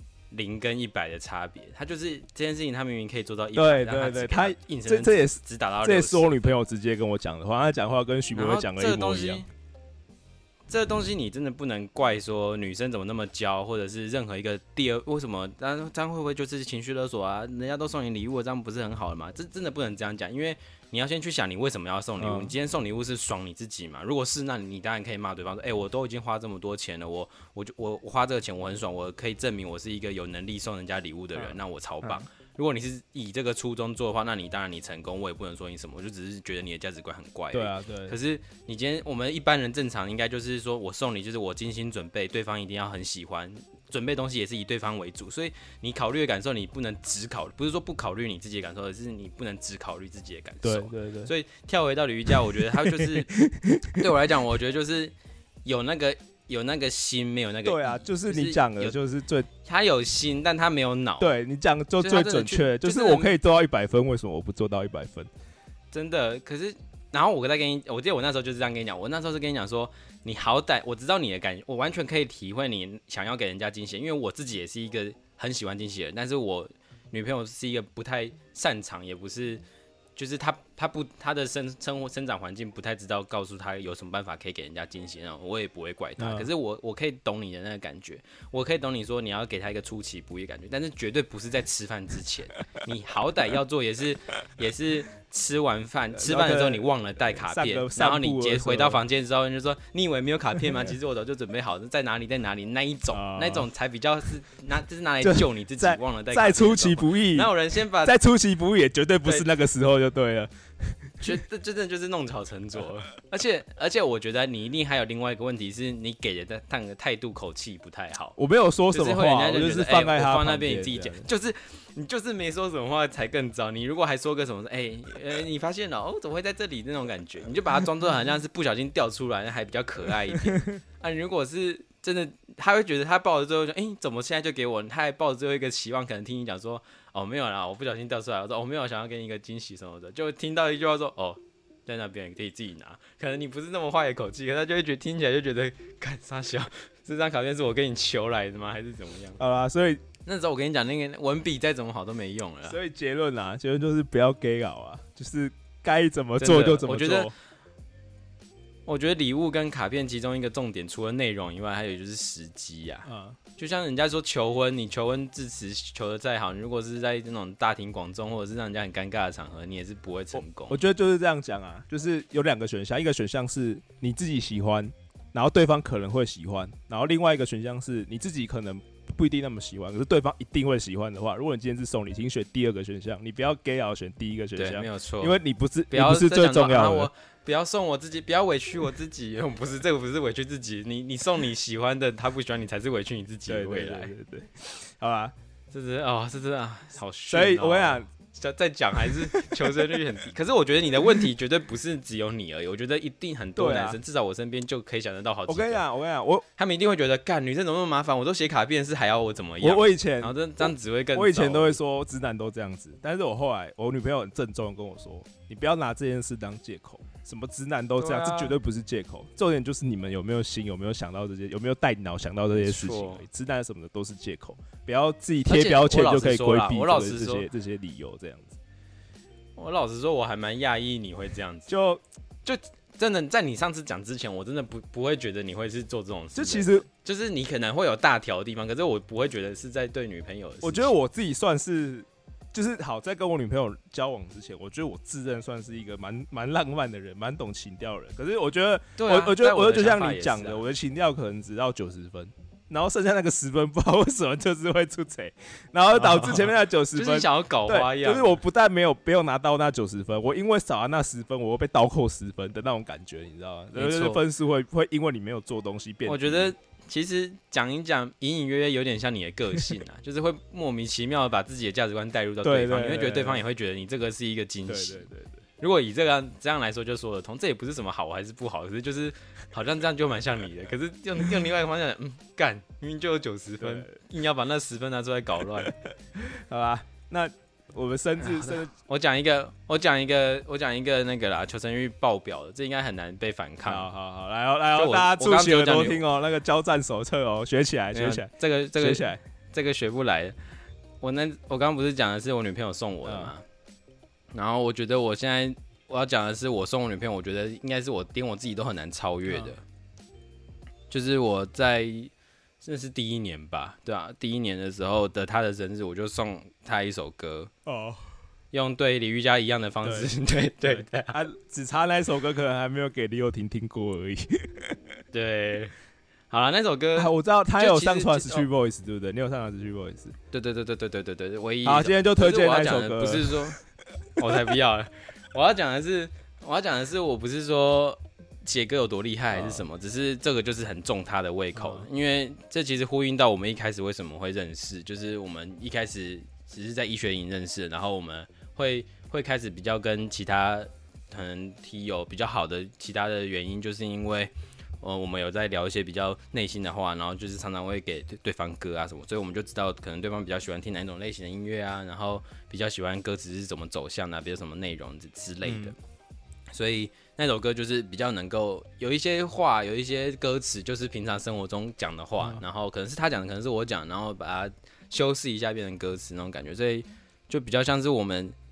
0跟100的差别，它就是这件事情，它明明可以做到100， 对，他这也是只打到60， 这也是我女朋友直接跟我讲的话，她讲话跟许博伟讲的一模一样。 这个东西你真的不能怪说女生怎么那么娇，或者是任何一个为什么这样会不会就是情绪勒索啊？人家都送你礼物，这样不是很好的吗？这真的不能这样讲，因为你要先去想你为什么要送礼物。你今天送礼物是爽你自己嘛？如果是，那你当然可以骂对方说：“我都已经花这么多钱了，我花这个钱我很爽，我可以证明我是一个有能力送人家礼物的人，那我超棒。”如果你是以这个初衷做的话，那你当然你成功，我也不能说你什么，我就只是觉得你的价值观很怪。 对啊，对。 可是你今天我们一般人正常应该就是说我送你，就是我精心准备，对方一定要很喜欢，准备东西也是以对方为主，所以你考虑的感受你不能只考虑，不是说不考虑你自己的感受，而是你不能只考虑自己的感受。 对。 所以跳回到瑜伽，我觉得它就是对我来讲，我觉得就是有那个心，没有那个。 对啊，就是你讲的，就是最。 他有心，但他没有脑。 对你讲就最准确，就是我可以做到100分，为什么我不做到100分？ 真的，可是，然后我记得我那时候就是这样跟你讲，我那时候是跟你讲说，你好歹我知道你的感觉，我完全可以体会你想要给人家惊喜，因为我自己也是一个很喜欢惊喜的人，但是我女朋友是一个不太擅长，也不是。就是他他的生长环境不太知道告诉他有什么办法可以给人家惊喜那种，我也不会怪他。可是我可以懂你的那个感觉，我可以懂你说你要给他一个出其不意的感觉，但是绝对不是在吃饭之前，你好歹要做也是吃完饭的时候你忘了带卡片，然后你回到房间之后你就说你以为没有卡片吗？其实我早就准备好了，在哪里那一种才比较是就是拿来救你自己忘了带卡片。再出其不意， 哪有人先把再出其不意也绝对不是那个时候就对了。 这真的就是弄巧成拙了，而且我觉得你一定还有另外一个问题是你给的态度口气不太好。 我没有说什么话，我就是放在他放那边你自己讲，你就是没说什么话才更糟。你如果还说个什么，你发现了怎么会在这里那种感觉，你就把它装作好像是不小心掉出来，还比较可爱一点。啊，如果是真的，他会觉得他抱着最后说，怎么现在就给我？他还抱着最后一个期望，可能听你讲说。没有啦，我不小心掉出来。我说没有，想要给你一个惊喜什么的，就听到一句话说在那边你可以自己拿。可能你不是那么坏的口气，可他就会听起来就觉得，干啥小？这张卡片是我跟你求来的吗？还是怎么样？ 好啦，所以那时候我跟你讲，那个文笔再怎么好都没用了。 所以结论就是不要 gay 搞啊，就是该怎么做就怎么做。 我觉得礼物跟卡片其中一个重点，除了内容以外，还有就是时机啊。就像人家说求婚，你求婚致辞求得再好，你如果是在那种大庭广众或者是让人家很尴尬的场合，你也是不会成功。 我觉得就是这样讲啊，就是有2个选项，一个选项是你自己喜欢，然后对方可能会喜欢，然后另外一个选项是你自己可能不一定那么喜欢，可是对方一定会喜欢的话，如果你今天是送礼，请选第2个选项，你不要 gay 啊选第1个选项， 对，没有错， 因为你不是最重要的。 不要送我自己，不要委屈我自己。这个不是委屈自己，你送你喜欢的，他不喜欢你才是委屈你自己的未来。 对，好吧， 这是好虚。 所以我跟你讲。 再讲还是求生率很低，可是我觉得你的问题绝对不是只有你而已，我觉得一定很多男生，至少我身边就可以想得到好几个。 我跟你讲， 他们一定会觉得，干女生怎么那么麻烦，我都写卡片是还要我怎么样？ 我以前， 然后这样只会更。 我以前都会说直男都这样子，但是我后来我女朋友很郑重的跟我说，你不要拿这件事当借口，什么直男都这样，这绝对不是借口。重点就是你们有没有心，有没有想到这些，有没有带脑想到这些事情而已。直男什么的都是借口，不要自己贴标签就可以规避这些理由这样子。 我老实说，我还蛮讶异你会这样子。 就真的在你上次讲之前，我真的不会觉得你会是做这种事。 就其实就是你可能会有大条的地方，可是我不会觉得是在对女朋友的事情。 我觉得我自己算是，就是好在跟我女朋友交往之前，我觉得我自认算是一个蛮浪漫的人，蛮懂情调的人。可是我觉得，我觉得就像你讲的，我的情调可能只到90分。然后剩下那个10分，不知道为什么就是会出错，然后导致前面那90分， 就是想要搞花样。 就是我不但没有拿到那90分，我因为少了那10分，我会被倒扣10分的那种感觉，你知道吗？就是分数会因为你没有做东西变。 我觉得其实讲一讲，隐隐约约有点像你的个性啊，就是会莫名其妙的把自己的价值观带入到对方，你会觉得对方也会觉得你这个是一个惊喜。对。如果以这样来说，就说得通，这也不是什么好还是不好，可是就是好像这样就蛮像你的。可是用另外一个方向，干明明就有90分，硬要把那10分拿出来搞乱， 好吧？那我们我讲一个那个啦，求生欲爆表的，这应该很难被反抗。 好，来哦，大家竖起耳朵听哦，那个交战手册哦，学起来。 这个学起来， 这个学不来。我刚刚不是讲的是我女朋友送我的吗？然后我觉得我现在我要讲的是，我送我女朋友，我觉得应该是连我自己都很难超越的。就是我在这是第1年吧，对啊，第1年的时候的她的生日，我就送她一首歌，用对李玉佳一样的方式，对， 只差那首歌可能还没有给李友廷听过而已。 对，好了，那首歌我知道他有上传 Street Voice， 对不对？你有上传 Street Voice？ 对，唯一。 好，今天就推荐那首歌。 不是说。我才不要了！我要讲的是，我不是说写歌有多厉害还是什么，只是这个就是很中他的胃口，因为这其实呼应到我们一开始为什么会认识，就是我们一开始只是在医学营认识，然后我们会开始比较跟其他可能T有比较好的其他的原因，就是因为我们有在聊一些比较内心的话，然后就是常常会给对方歌啊什么，所以我们就知道可能对方比较喜欢听哪一种类型的音乐啊，然后比较喜欢歌词是怎么走向啊，比如什么内容之类的。所以那首歌就是比较能够有一些话，有一些歌词，就是平常生活中讲的话，然后可能是他讲的，可能是我讲，然后把它修饰一下变成歌词那种感觉，所以就比较像是我们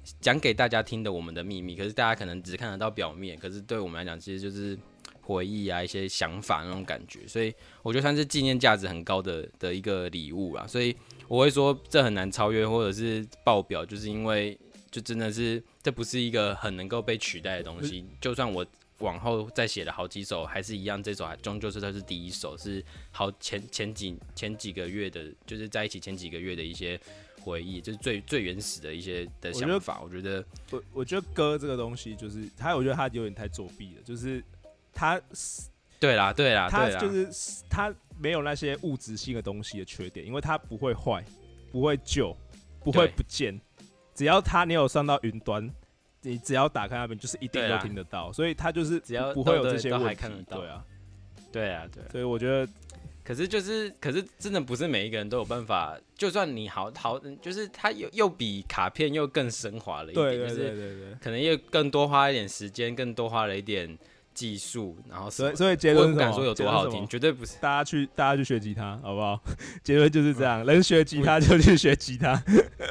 讲给大家听的我们的秘密，可是大家可能只看得到表面，可是对我们来讲，其实就是回忆啊，一些想法那种感觉，所以我觉得算是纪念价值很高的一个礼物啦。所以我会说这很难超越或者是爆表，就是因为就真的是这不是一个很能够被取代的东西。就算我往后再写了好几首，还是一样，这首终究是它是第一首，是好前几个月的，就是在一起前几个月的一些回忆，就是最原始的一些的想法。我觉得歌这个东西就是我觉得他有点太作弊了，就是他对啦， 他就是他没有那些物质性的东西的缺点，因为他不会坏，不会旧，不会不见，只要你有上到云端，你只要打开那边就是一定都听得到，所以他就是只要不会有这些问题， 还看得到。对啊， 所以我觉得。 可是真的不是每一个人都有办法，就算你好，就是它又比卡片又更升华了一点，就是可能又更多花一点时间，更多花了一点技术，然后所以结论我不敢说有多好听，绝对不是。 大家去学吉他，好不好？结论就是这样，能学吉他就去学吉他。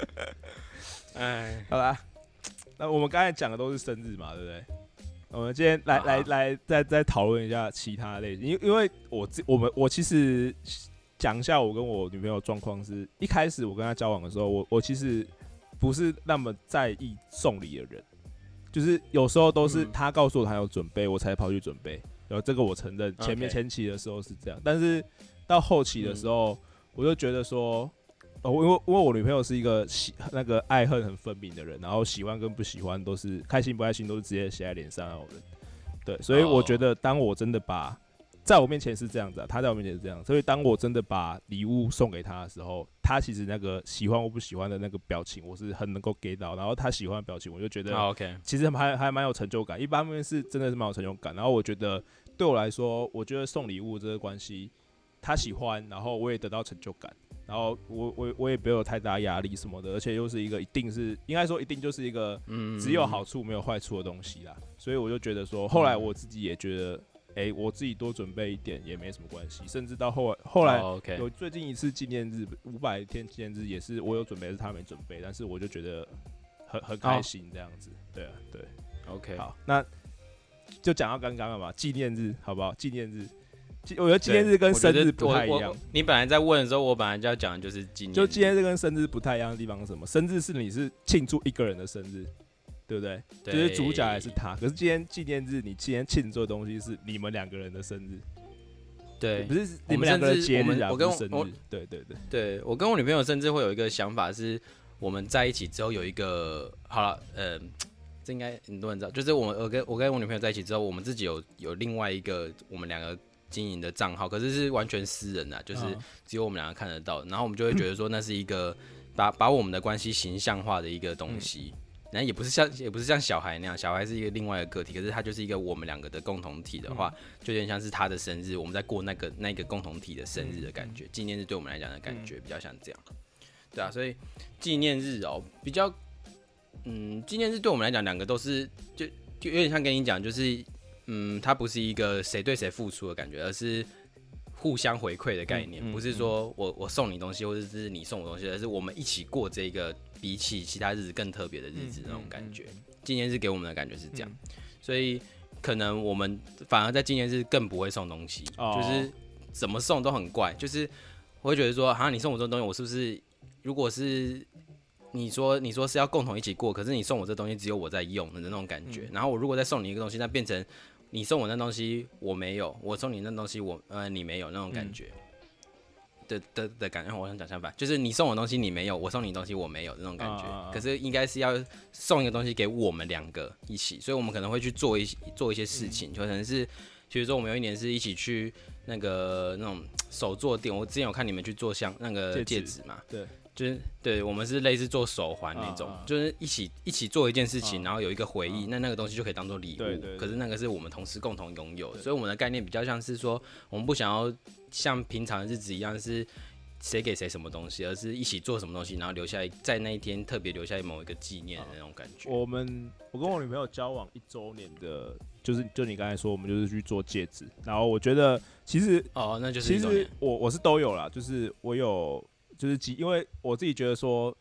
哎， 好啦，那我们刚才讲的都是生日嘛，对不对？我们今天来再讨论一下其他类型，因为我其实讲一下我跟我女朋友的状况是，一开始我跟她交往的时候，我其实不是那么在意送礼的人，就是有时候都是她告诉我她有准备，我才跑去准备，然后这个我承认，前期的时候是这样，但是到后期的时候，我就觉得说。因为我女朋友是一个那个爱恨很分明的人，然后喜欢跟不喜欢都是开心不开心都是直接写在脸上那种人，对，所以我觉得当我真的在我面前是这样子，她在我面前是这样，所以当我真的把礼物送给她的时候，她其实那个喜欢或不喜欢的那个表情，我是很能够 get 到，然后她喜欢的表情，我就觉得其实还蛮有成就感，一方面是真的是蛮有成就感，然后我觉得对我来说，我觉得送礼物这个关系，她喜欢，然后我也得到成就感。然后我也不有太大压力什么的，而且又是一个应该说一定就是一个只有好处没有坏处的东西啦，所以我就觉得说，后来我自己也觉得，我自己多准备一点也没什么关系，甚至到后来有最近一次纪念日500天纪念日也是我有准备，是他没准备，但是我就觉得很开心这样子，对啊，对 ，OK， 好，那就讲到刚刚了嘛，纪念日好不好？纪念日。我觉得纪念日跟生日不太一样。 你本来在问的时候，我本来就要讲的就是纪念日。 就纪念日跟生日不太一样的地方是什么？生日是你是庆祝一个人的生日，对不对？ 对， 就是主角还是他。可是今天纪念日，你今天庆祝的东西是你们两个人的生日。 对， 不是你们两个人节日啊，不是生日。对， 我跟我女朋友甚至会有一个想法是，我们在一起之后有一个好了，这应该很多人知道，就是我跟我女朋友在一起之后，我们自己有另外一个我们两个经营的账号，可是是完全私人的，就是只有我们两个看得到。然后我们就会觉得说，那是一个把我们的关系形象化的一个东西。然后也不是像小孩那样，小孩是一个另外的个体，可是它就是一个我们两个的共同体的话，就有点像是他的生日，我们在过那个共同体的生日的感觉。纪念日对我们来讲的感觉比较像这样，对啊，所以纪念日比较，纪念日对我们来讲，两个都是就有点像跟你讲，就是。它不是一个谁对谁付出的感觉，而是互相回馈的概念，不是说我送你东西，或者是你送我东西，而是我们一起过这个比起其他日子更特别的日子那种感觉。纪念日给我们的感觉是这样，所以可能我们反而在纪念日更不会送东西，就是怎么送都很怪，就是我会觉得说，好像你送我这东西，我是不是如果是你说是要共同一起过，可是你送我这东西只有我在用的那种感觉，然后我如果再送你一个东西，那变成你送我那东西我没有，我送你那东西你没有那种感觉的感觉。我想讲相反，就是你送我东西你没有，我送你东西我没有那种感觉。可是应该是要送一个东西给我们两个一起，所以我们可能会去做一些事情，可能是比如说我们有一年是一起去那种手作店，我之前有看你们去做像那个戒指嘛， 对。 就是对我们是类似做手环那种，就是一起做一件事情，然后有一个回忆，那个东西就可以当做礼物。 对。 可是那个是我们同时共同拥有的，所以我们的概念比较像是说，我们不想要像平常的日子一样是谁给谁什么东西，而是一起做什么东西，然后留下在那一天特别留下某一个纪念的那种感觉。 我跟我女朋友交往1周年的，就你刚才说，我们就是去做戒指，然后我觉得其实那就是1周年。 其实我是都有啦，就是我有。就是因为我自己觉得说，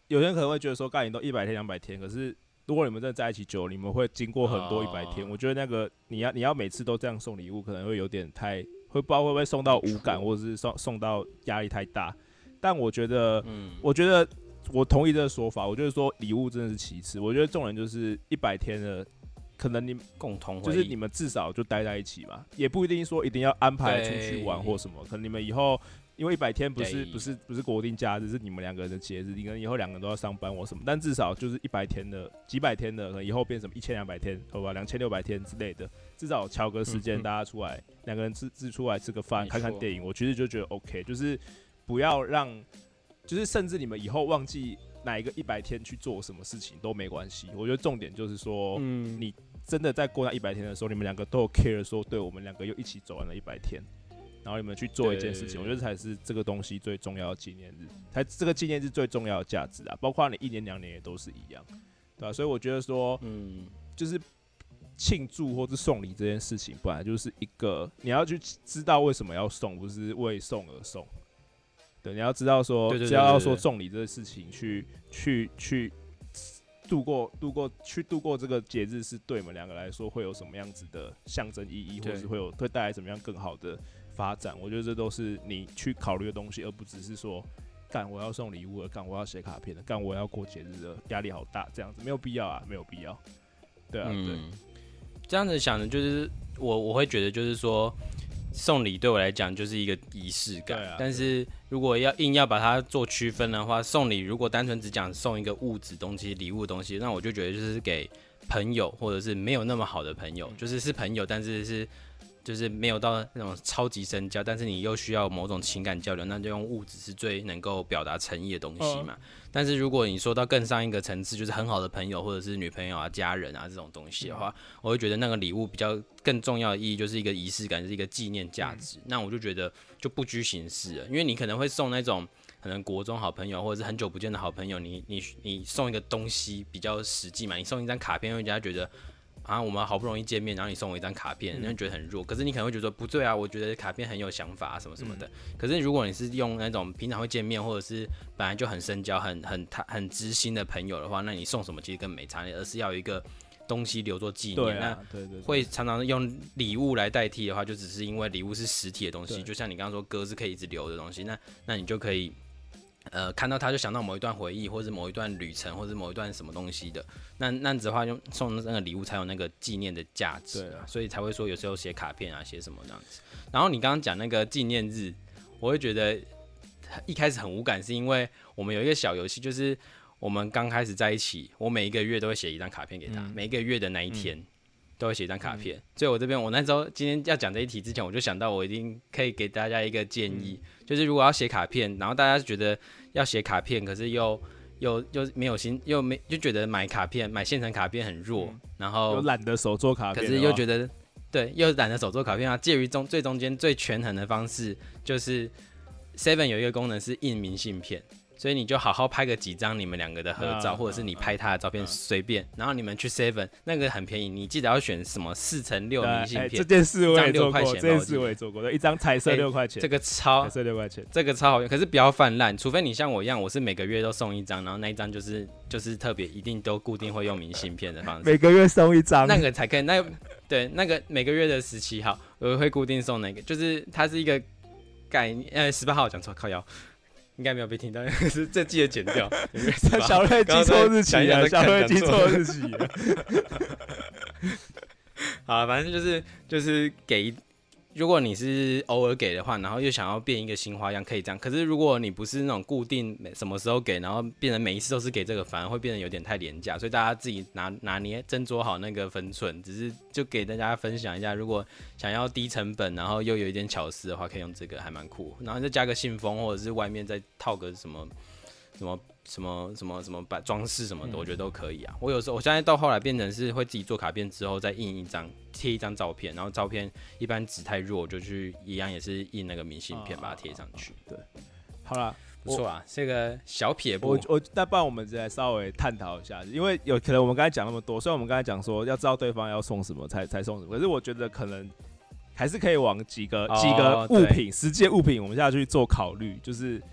有些人可能会觉得说，干你都100天200天，可是如果你们真的在一起久了，你们会经过很多100天。我觉得那个你要每次都这样送礼物，可能会有点太会不知道会不会送到无感，或者是送到压力太大。但我觉得，我同意这个说法。我觉得说礼物真的是其次，我觉得重点就是100天的，可能你共同就是你们至少就待在一起嘛，也不一定说一定要安排出去玩或什么。可能你们以后因为100天不是国定假日，是你们2个人的节日，你可能以后2个人都要上班或什么，但至少就是100天的几百天的，可能以后变什么1200天，好吧，2600天之类的，至少调个时间大家出来，2个人自出来吃个饭，看看电影，我其实就觉得 OK， 就是不要让，就是甚至你们以后忘记哪一个100天去做什么事情都没关系。我觉得重点就是说，你真的在过那100天的时候，你们2个都有 care 说，对我们2个又一起走完了100天。然后你们去做一件事情，我觉得才是这个东西最重要的纪念日，这个纪念日最重要的价值啊！包括你1年2年也都是一样，对吧？所以我觉得说，就是庆祝或是送礼这件事情，本来就是一个你要去知道为什么要送，不是为送而送。对，你要知道说，只要说送礼这个事情，去度过这个节日，是对你们2个来说会有什么样子的象征意义，或是会带来什么样更好的发展。我觉得这都是你去考虑的东西，而不只是说，干我要送礼物了，干我要写卡片了，干我要过节日了，压力好大，这样子没有必要啊，没有必要。对啊，对， 这样子想的就是我会觉得就是说。送礼对我来讲就是一个仪式感，但是如果硬要把它做区分的话，送礼如果单纯只讲送一个物质东西、礼物的东西，那我就觉得就是给朋友或者是没有那么好的朋友，就是朋友，但是就是没有到那种超级深交，但是你又需要某种情感交流，那就用物质是最能够表达诚意的东西嘛。但是如果你说到更上一个层次，就是很好的朋友或者是女朋友啊、家人啊这种东西的话，我会觉得那个礼物比较更重要的意义就是一个仪式感，是一个纪念价值。那我就觉得就不拘形式了，因为你可能会送那种可能国中好朋友或者是很久不见的好朋友，你送一个东西比较实际嘛，你送一张卡片，人家觉得。啊，我们好不容易见面，然后你送我一张卡片，人家觉得很弱。可是你可能会觉得不对啊，我觉得卡片很有想法什么什么的。可是如果你是用那种平常会见面，或者是本来就很深交、很知心的朋友的话，那你送什么其实根本没差，而是要有一个东西留作纪念。那会常常用礼物来代替的话，就只是因为礼物是实体的东西，就像你刚刚说歌是可以一直留的东西，那你就可以。看到他就想到某一段回忆，或是某一段旅程，或是某一段什么东西的，那样子的话，用送那个礼物才有那个纪念的价值，对啊，所以才会说有时候写卡片啊，写什么这样子。然后你刚刚讲那个纪念日，我会觉得一开始很无感，是因为我们有一个小游戏，就是我们刚开始在一起，我每一个月都会写一张卡片给他，每一个月的那一天。都会写一张卡片，所以我这边我那时候今天要讲这一题之前，我就想到我一定可以给大家一个建议，就是如果要写卡片，然后大家觉得要写卡片，可是又没有心，就觉得买现成卡片很弱，然后又懒得手做卡片， 可是又觉得对，又懒得手做卡片啊，介于最中间最权衡的方式，就是 Seven 有一个功能是印明信片。所以你就好好拍个几张你们2个的合照，或者是你拍他的照片随便，然后你们去 Seven 那个很便宜，你记得要选什么4×6明信片， 这件事我也做过，这件事我也做过，一张彩色6块钱， 这个彩色6块钱， 这个超好用，可是不要泛滥，除非你像我一样，我是每个月都送一张，然后那一张就是特别一定都固定会用明信片的方式， 每个月送一张， 那个才可以，对那个每个月的17号我会固定送那个，就是它是一个概念，18号讲错靠腰。应该没有被听到，可是这记得剪掉。 小瑞记错日期了，小瑞记错日期了。 好，反正就是给，如果你是偶尔给的话，然后又想要变一个新花样，可以这样。可是如果你不是那种固定什么时候给，然后变成每一次都是给这个，反而会变得有点太廉价。所以大家自己拿捏斟酌好那个分寸，只是就给大家分享一下，如果想要低成本，然后又有一点巧思的话，可以用这个，还蛮酷。然后再加个信封，或者是外面再套个什么把装饰什么的，我觉得都可以啊。我现在到后来变成是会自己做卡片之后再印贴一张照片，然后照片一般纸太弱，就去一样也是印那个明信片把它贴上去。 对，好啦， 不错啊，这个小撇步。 那不然我们再稍微探讨一下，因为有可能我们刚才讲那么多，虽然我们刚才讲说要知道对方要送什么才送什么，可是我觉得可能还是可以往几个物品、实际物品，我们下去做考虑，就是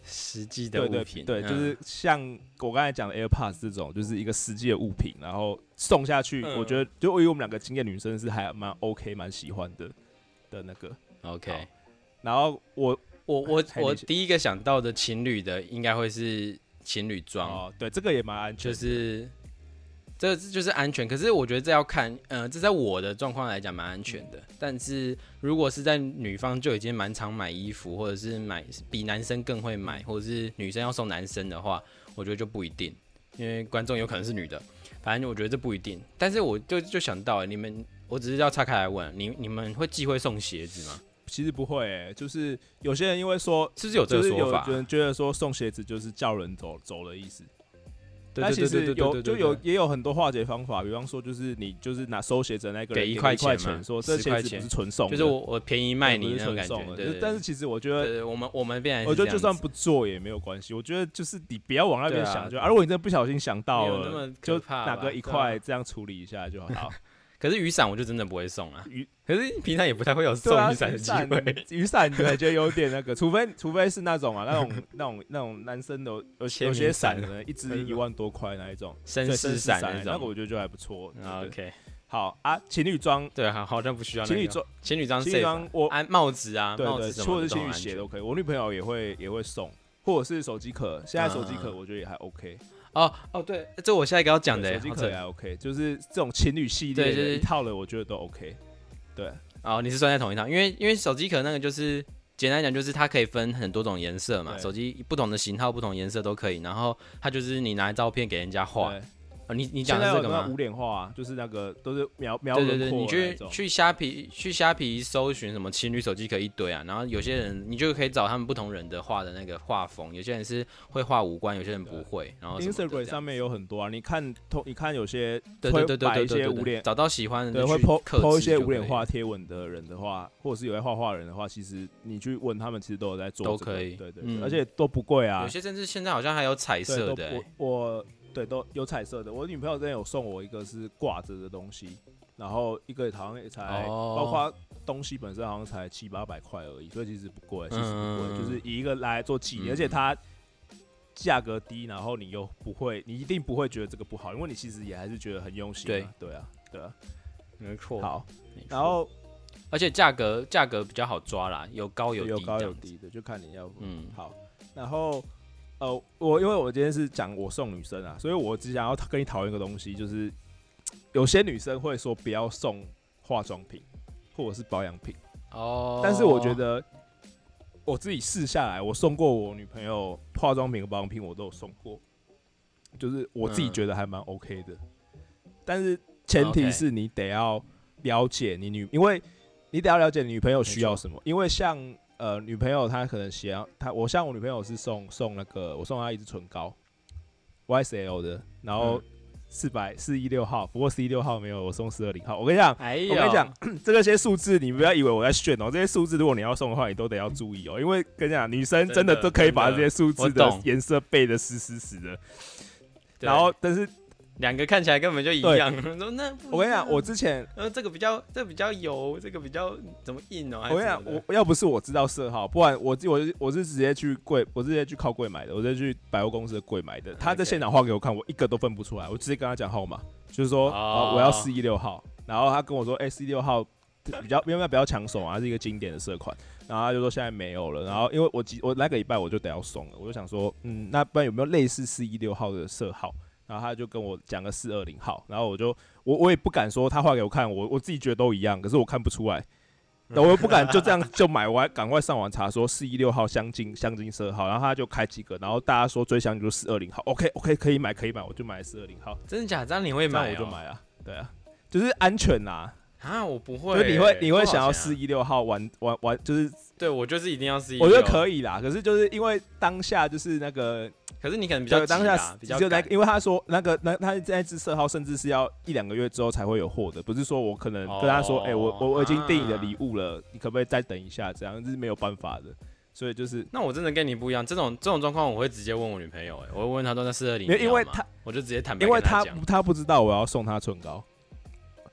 实际的物品， 对，就是像我刚才讲的 AirPods 这种，就是一个实际的物品，然后送下去，我觉得就因为我们两个经验女生是还蛮 OK 蛮喜欢的那个 OK。 然后我第一个想到的情侣的应该会是情侣装， 对，这个也蛮安全， 这就是安全。可是我觉得这要看，这在我的状况来讲蛮安全的。但是如果是在女方就已经蛮常买衣服，或者是比男生更会买，或者是女生要送男生的话，我觉得就不一定，因为观众有可能是女的，反正我觉得这不一定。但是我就想到，我只是要岔开来问，你们会忌讳送鞋子吗？ 其实不会就是有些人因为说， 是不是有这个说法？ 就是有人觉得说送鞋子就是叫人走的意思。但其实也有很多化解方法，比方说就是你就是拿收鞋子的那个人给1块钱， 说这鞋子不是纯送的， 就是我便宜卖你那种感觉。 但是其实我觉得， 我们变我觉得就算不做也没有关系。我觉得就是你不要往那边想，如果你真的不小心想到了，就拿个1块这样处理一下就好。 可是雨伞我就真的不会送啊，可是平常也不太会有送雨伞的机会。 雨伞我觉得有点那个，除非是那种那种男生的有些伞可能一支1万多块那一种绅士伞那种， 那个我觉得就还不错。 OK， 好啊，情侣装对，好像不需要情侣装我帽子啊， 对， 帽子什么或者是情侣鞋都可以。我女朋友也会送，或者是手机壳，现在手机壳我觉得也还 OK。 对，这我下一个要讲的， 手机壳也还 OK，就是这种情侣系列的一套的，我觉得都 OK。对， 你是算在同一套，因为手机壳那个就是简单讲，就是它可以分很多种颜色嘛，手机不同的型号、不同颜色都可以，然后它就是你拿照片给人家画。你讲的这个吗？ 无脸画啊，就是那个都是描轮廓。 对，你去虾皮搜寻什么情侣手机壳一堆啊，然后有些人你就可以找他们不同人的画的那个画风，有些人是会画五官，有些人不会。然后 Instagram 上面有很多啊，你看有些对， 摆一些无脸， 找到喜欢的会 po 一些无脸画贴文的人的话，或者是有在画画的人的话，其实你去问他们，其实都有在做， 都可以。 对，而且都不贵啊。 有些甚至现在好像还有彩色的。 对，都有彩色的。我女朋友之前有送我一个是挂着的东西，然后一个好像也才，包括东西本身好像才700-800块而已，所以其实不贵，就是以一个来做纪念，而且它价格低，然后你一定不会觉得这个不好，因为你其实也还是觉得很用心。对啊， 没错。 好，然后而且价格比较好抓啦，有高有低的，就看你要。好，然后。因为我今天是讲我送女生啊，所以我只想要跟你讨论一个东西，就是有些女生会说不要送化妆品或者是保养品但是我觉得我自己试下来，我送过我女朋友化妆品和保养品，我都有送过，就是我自己觉得还蛮 OK 的。但是前提是你得要了解因为你得要了解你女朋友需要什么，因为像。女朋友她可能我像我女朋友是送那个，我送她一支唇膏 ，YSL 的，然后416号，不过416号没有，我送420号。我跟你讲，这些数字你不要以为我在炫哦，这些数字如果你要送的话，你都得要注意哦，因为跟你讲，女生真的都可以把这些数字的颜色背得死的，然后但是。 两个看起来根本就一样。 我跟你讲，我之前这个比较油，这个比较怎么硬哦？ 我跟你讲，我要不是我知道色号，不然我是直接去靠柜买的，我直接去百货公司的柜买的。他在现场画给我看，我一个都分不出来，我直接跟他讲号码，就是说我要416号，然后他跟我说416号比较抢手啊，它是一个经典的色款，然后他就说现在没有了，然后因为我那个礼拜我就得要送了，我就想说那不然有没有类似416号的色号？然后他就跟我讲个420号，然后我也不敢说他画给我看，我自己觉得都一样，可是我看不出来，我又不敢就这样就买，我还赶快上网查说416号香精色号，然后他就开几个，然后大家说最香就是420号 ，OK 可以买，我就买420号。 真的假的？这样你会买？ 我就买啊，对啊，就是安全啦。 我不会， 就你会想要416号玩，就是对我就是一定要416， 我觉得可以啦。可是就是因为当下就是那个。 可是你可能比较当下比较因为他说他那支色号甚至是要1-2个月之后才会有货的，不是说我可能跟他说，我已经订你的礼物了，你可不可以再等一下？这样这是没有办法的，所以就是那我真的跟你不一样，这种状况我会直接问我女朋友，我会问她说那420， 因为我就直接坦白因为跟她讲， 他不知道我要送她唇膏，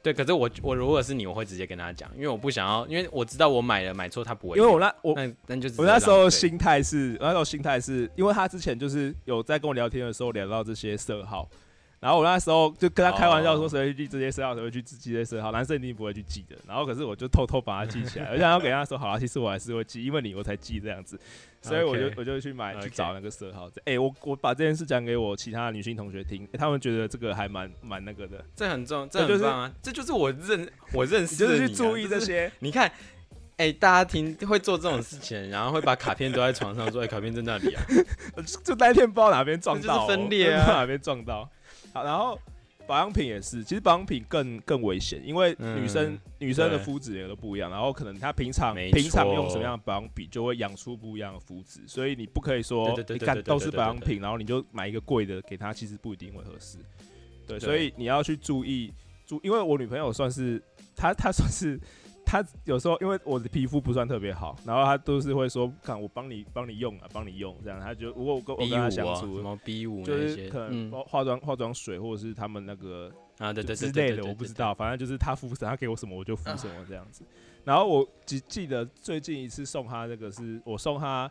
对，可是我如果是你，我会直接跟他讲，因为我不想要，因为我知道我买错他不会， 因为我那时候心态是，因为他之前就是有在跟我聊天的时候聊到这些色号，然后我那时候就跟他开玩笑说，谁会去记这些色号，谁会去记这些色号，男生一定不会去记的。然后可是我就偷偷把它记起来，而且要给他说，好啦，其实我还是会记，因为你我才记这样子，所以我就去去找那个色号。我把这件事讲给我其他的女性同学听，他们觉得这个还蛮那个的， 这很重，这很棒啊，这就是我认识的你，就是去注意这些， 你看。大家会做这种事情，然后会把卡片丢在床上，说：“卡片在那里啊。” 就那天不知道哪边撞到， 就是分裂啊， 哪边撞到。好，然后保养品也是，其实保养品更危险，因为女生的肤质也都不一样，然后可能她平常用什么样的保养品，就会养出不一样的肤质，所以你不可以说你看都是保养品，然后你就买一个贵的给她，其实不一定会合适。对，所以你要去注意，因为我女朋友算是她算是。他有时候因为我的皮肤不算特别好，然后他都是会说：“看我帮你用啊，帮你用。”这样，他就如果我跟他相处， 什么 B5 就是可能化妆水或者是他们那个对之类的，我不知道，反正就是他敷什么，他给我什么我就敷什么这样子。然后我记得最近一次送他那个是我送他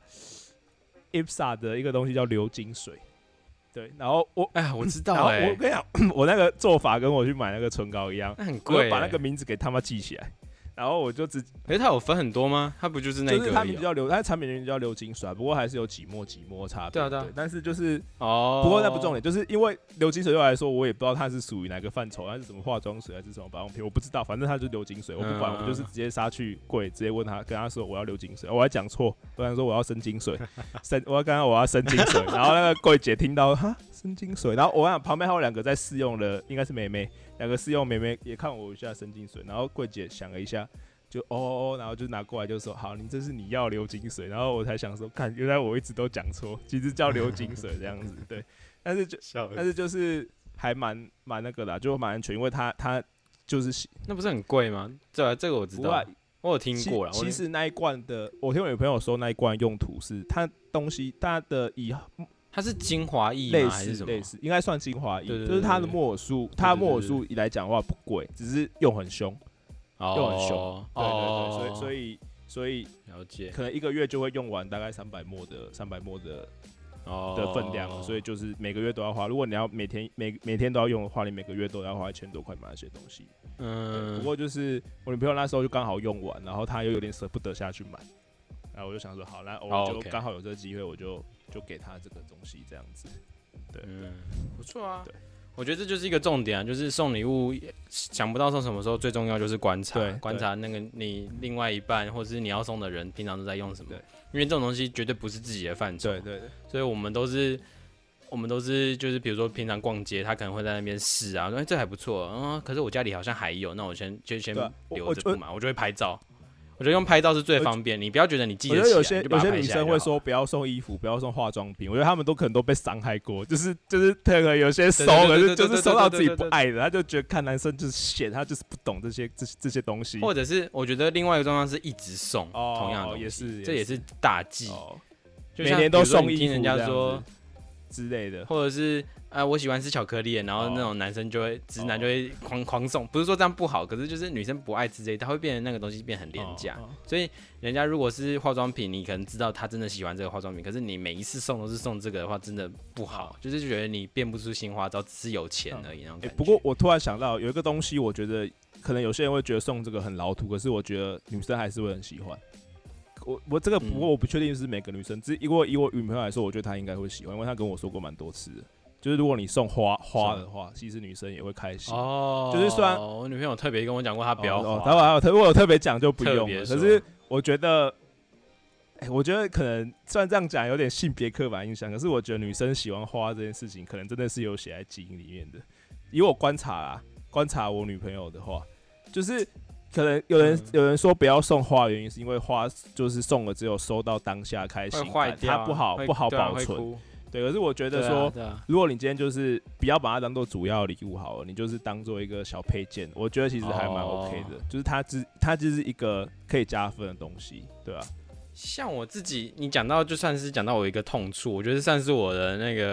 IPSA 的一个东西叫流金水。对，然后我知道， 我跟你讲，我那个做法跟我去买那个唇膏一样， 那很贵， 我把那个名字给他妈记起来。然后我就可是它有分很多吗？它不就是那个？ 就是它名字叫它产品名字叫流金水，不过还是有几墨差别。对，但是就是不过那不重点，就是因为流金水对我来说，我也不知道它是属于哪个范畴，它是什么化妆水还是什么保养品，我不知道，反正它就是流金水，我不管，我就是直接杀去柜，直接问他，跟他说我要流金水，我还讲错，不然说我要生金水，我要生金水，然后那个柜姐听到哈生金水，然后我想旁边还有2个在试用的，应该是妹妹。2个试用妹妹也看我一下生金水，然后柜姐想了一下，就然后就拿过来就说好，这是你要流金水，然后我才想说，看原来我一直都讲错，其实叫流金水这样子，对，但是就是还蛮那个的，就蛮安全，因为它就是那不是很贵吗？这个我知道，我有听过了。 其实那一罐的，我听我女朋友说那一罐用途是它东西它的它是精华液吗？还是什么？ 类似，应该算精华液，就是它的墨尔素，来讲的话不贵，只是用很凶，用很凶。对，所以了解， 可能1个月就会用完大概300ml的分量，所以就是每个月都要花。如果你要每天都要用的话，你每个月都要花1000多块买那些东西。不过就是我女朋友那时候就刚好用完，然后她又有点舍不得下去买。然后我就想说，好，那我就刚好有这个机会，我就给他这个东西这样子，对， 不错啊。 对， 我觉得这就是一个重点啊，就是送礼物想不到送什么时候，最重要就是观察那个你另外一半或者是你要送的人平常都在用什么，因为这种东西绝对不是自己的范畴， 对， 所以我们都是就是比如说平常逛街，他可能会在那边试啊，说这还不错，可是我家里好像还有，那我先留着不买，我就会拍照。我觉得用拍照是最方便，你不要觉得你记得起来。 我觉得有些女生会说不要送衣服，不要送化妆品。我觉得他们都可能都被伤害过，就是可能有些收，可是就是收到自己不爱的，他就觉得看男生就是闲，他就是不懂这些东西。 或者是我觉得另外一个状况是一直送同样的东西，这也是大忌。 每年都送衣服， 听人家说之类的， 或者是我喜欢吃巧克力，然后那种男生直男就会狂送，不是说这样不好，可是就是女生不爱吃这些，它会变成那个东西变很廉价，所以人家如果是化妆品，你可能知道他真的喜欢这个化妆品，可是你每一次送都是送这个的话，真的不好，就是觉得你变不出新花招，只是有钱而已那种感觉。 不过我突然想到有一个东西，我觉得可能有些人会觉得送这个很老土，可是我觉得女生还是会很喜欢。我这个不过我不确定是每个女生，以我女朋友来说，我觉得她应该会喜欢，因为她跟我说过蛮多次的。就是如果你送花的话，其实女生也会开心。就是虽然我女朋友特别跟我讲过，她不要花。 我有特别讲就不用了。可是我觉得可能虽然这样讲有点性别刻板印象，可是我觉得女生喜欢花这件事情，可能真的是有写在基因里面的。以我观察我女朋友的话，就是可能有人说不要送花的原因是因为花就是送了只有收到当下开心感，它不好保存。对，可是我觉得说，如果你今天就是不要把它当做主要礼物好了，你就是当做一个小配件，我觉得其实还蛮 OK 的，就是它就是一个可以加分的东西，对吧？ 像我自己，你讲到就算是讲到我一个痛处，我觉得算是我的那个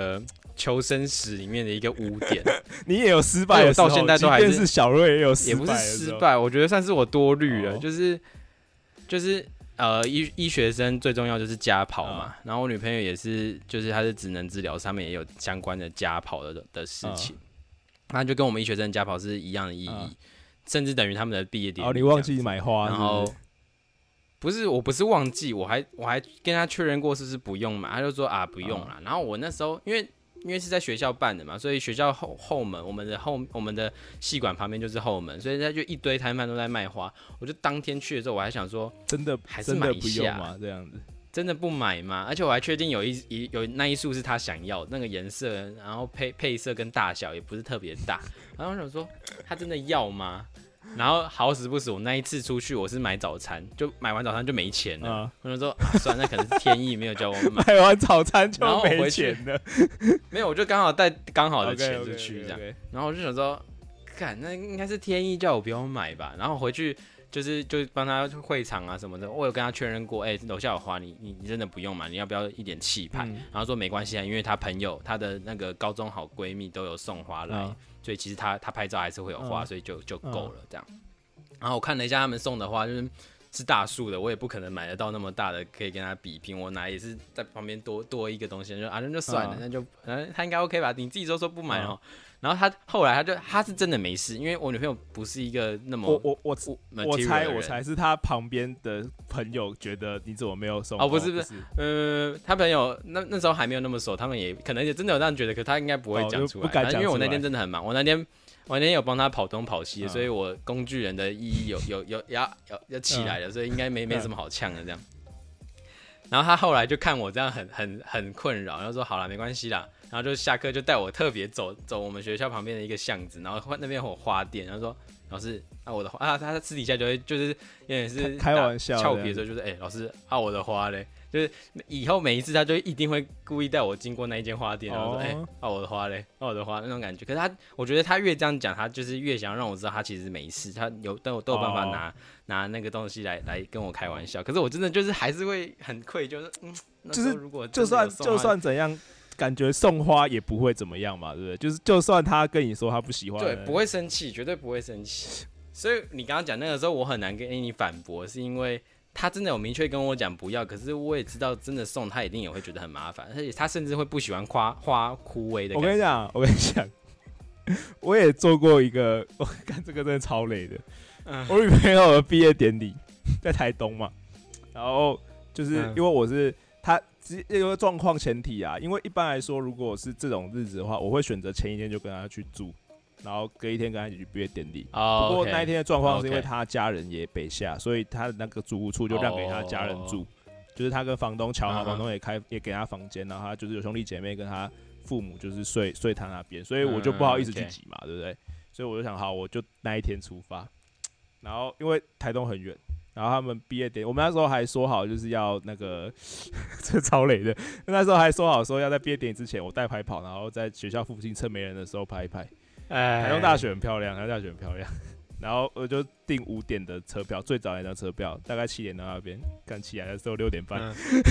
求生史里面的一个污点。 你也有失败的时候， 到现在都还是， 即便是小瑞也有失败， 也不是失败，我觉得算是我多虑了，就是医学生最重要就是家跑嘛，然后我女朋友也是，就是她是职能治疗，上面也有相关的家跑的事情，那就跟我们医学生家跑是一样的意义，甚至等于他们的毕业典礼。 你忘记买花， 然后我不是忘记，我还跟他确认过是不是不用买，他就说不用啦。然后我那时候因为是在学校办的嘛，所以学校后门，我们的系馆旁边就是后门，所以他就一堆摊贩都在卖花。我就当天去的时候，我还想说， 真的还是买一下嘛，这样子真的不买吗？而且我还确定有那一束是他想要的那个颜色，然后配色跟大小也不是特别大。然后我想说，他真的要吗？然后好死不死，我那一次出去我是买早餐，就买完早餐就没钱了。我就说算了，那可能是天意没有叫我买。 买完早餐就没钱了。 没有，我就刚好带刚好的钱就去这样。然后我就想说，干，那应该是天意叫我不要买吧。然后回去就帮他会场啊什么的，我有跟他确认过，楼下有花，你真的不用买，你要不要一点气派？然后说没关系啊，因为他朋友他的那个高中好闺蜜都有送花来。所以其实他拍照还是会有花，所以就够了这样。然后我看了一下他们送的花，是大树的，我也不可能买得到那么大的，可以跟他比拼。我拿也是在旁边多一个东西，那就算了，那就他应该 OK 吧？你自己说不买哦。然后他后来他是真的没事，因为我女朋友不是一个那么我猜是他旁边的朋友觉得你怎么没有送？ 不是，他朋友那时候还没有那么熟，他们也可能也真的有这样觉得，可他应该不会讲出来， 不敢讲出来， 因为我那天真的很忙，我那天有帮他跑东跑西的，所以我工具人的意义要起来了，所以应该没什么好呛的这样。然后他后来就看我这样很困扰，然后说好了没关系啦，然后就下课就带我特别走我们学校旁边的一个巷子，然后那边有花店，然后说老师我的花他私底下就是有点是开玩笑俏皮的时候就是老师我的花嘞，就是以后每一次他就一定会故意带我经过那一间花店，然后说我的花嘞，我的花那种感觉。可是我觉得他越这样讲，他就是越想让我知道他其实没事，他都有办法拿那个东西来跟我开玩笑。可是我真的就是还是会很愧疚，就是如果就算怎样，感觉送花也不会怎么样嘛，对不对？就算他跟你说他不喜欢， 对，不会生气，绝对不会生气。所以你刚刚讲那个时候，我很难跟你反驳，是因为他真的有明确跟我讲不要，可是我也知道真的送他一定也会觉得很麻烦，而且他甚至会不喜欢花枯萎的感觉。 我跟你讲，我也做过一个，我看这个真的超累的。我女朋友的毕业典礼在台东嘛，然后就是因为我是他一个状况前提啊，因为一般来说，如果是这种日子的话，我会选择前一天就跟他去住，然后隔一天跟他一起去毕业典礼。不过那一天的状况是因为他家人也北下，所以他的那个租屋处就让给他家人住，就是他跟房东瞧好，房东也给他房间，然后他就是有兄弟姐妹跟他父母就是睡他那边，所以我就不好意思去挤嘛，对不对？所以我就想好，我就那一天出发，然后因为台东很远。然后他们毕业典礼，我们那时候还说好就是要那个，这超累的。那时候还说好说要在毕业典礼之前，我带排跑，然后在学校附近趁没人的时候拍一拍。台东大学很漂亮，然后我就订5点的车票，最早那张车票，大概7点到那边，赶起来的时候6点半。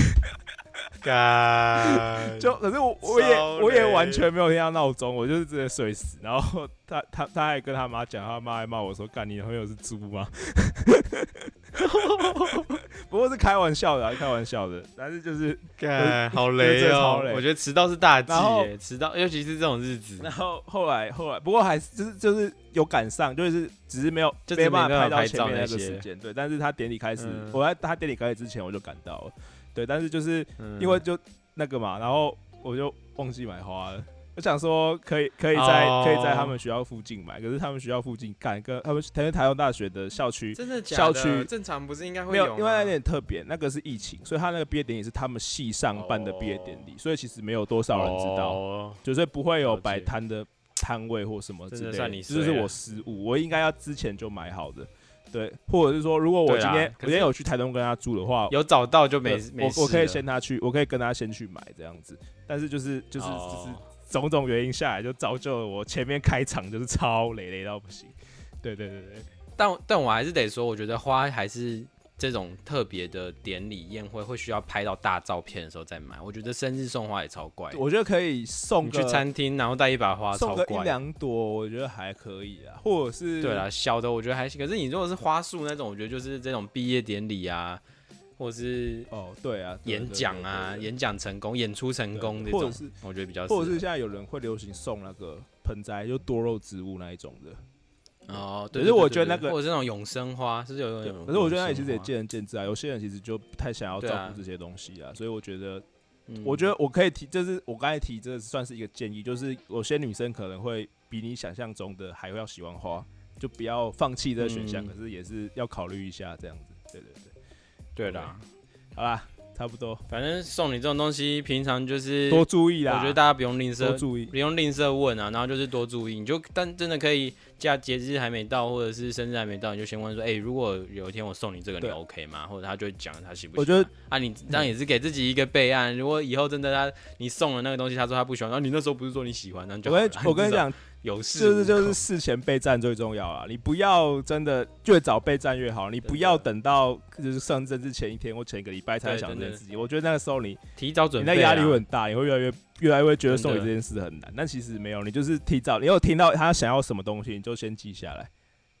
可是我也完全没有听到闹钟，我就是直接睡死。然后他还跟他妈讲，他妈还骂我说：“干，你男朋友是猪吗？”不过是开玩笑的，但是就是好雷哦！我觉得迟到是大忌耶，迟到尤其是这种日子。 然后后来，不过还是就是有赶上，就是只是没办法拍到前面那个时间。对，但是他典礼开始，我在他典礼开始之前我就赶到了。对，但是就是因为就那个嘛，然后我就忘记买花了。我想说可以在他们学校附近买，可是他们学校附近跟他们台东大学的校区， 真的假的？ 校区正常不是应该会没有，因为那点特别，那个是疫情，所以他那个毕业典礼是他们系上办的毕业典礼，所以其实没有多少人知道，就是不会有摆摊的摊位或什么之类的。这就是我失误，我应该要之前就买好的。对，或者是说，如果我今天有去台东跟他住的话， 有找到就没我可以我可以跟他先去买这样子。但是就是种种原因下来，就造就了我前面开场就是超累到不行。对。 但我还是得说，我觉得花还是这种特别的典礼宴会会需要拍到大照片的时候再买。我觉得生日送花也超怪， 我觉得可以送你去餐厅然后带一把花， 送个1-2朵，我觉得还可以啊，或者是对啦，小的我觉得还行。可是你如果是花束那种，我觉得就是这种毕业典礼啊，或者是对啊， 演讲啊，演讲成功、演出成功这种，或者是我觉得比较适合， 或者是现在有人会流行送那个盆栽，就多肉植物那一种的。 对， 可是我觉得那个或者是那种永生花，是有那种。 可是我觉得那其实也见仁见智啊，有些人其实就不太想要照顾这些东西啊，所以我觉得，我可以提，就是我刚才提，这算是一个建议，就是有些女生可能会比你想象中的还要喜欢花，就不要放弃这个选项，可是也是要考虑一下这样子。对啦，好啦。差不多， 反正送你这种东西，平常就是多注意啦。 我觉得大家不用吝啬， 多注意， 不用吝啬问啊，然后就是多注意。你就但真的可以，节日还没到，或者是生日还没到，你就先问说，如果有一天我送你这个，你 OK 吗？或者他就会讲他喜不喜欢。 我觉得啊，你这样也是给自己一个备案。如果以后真的你送了那个东西，他说他不喜欢，然后你那时候不是说你喜欢，那就我跟你讲。就是事前备战最重要啊！你不要真的越早备战越好，你不要等到就是上阵之前一天或前一个礼拜才想这件事情。我觉得那个时候你提早准备， 你那压力会很大，你会越来越觉得送礼这件事很难。但其实没有，你就是提早，你有听到他想要什么东西，你就先记下来，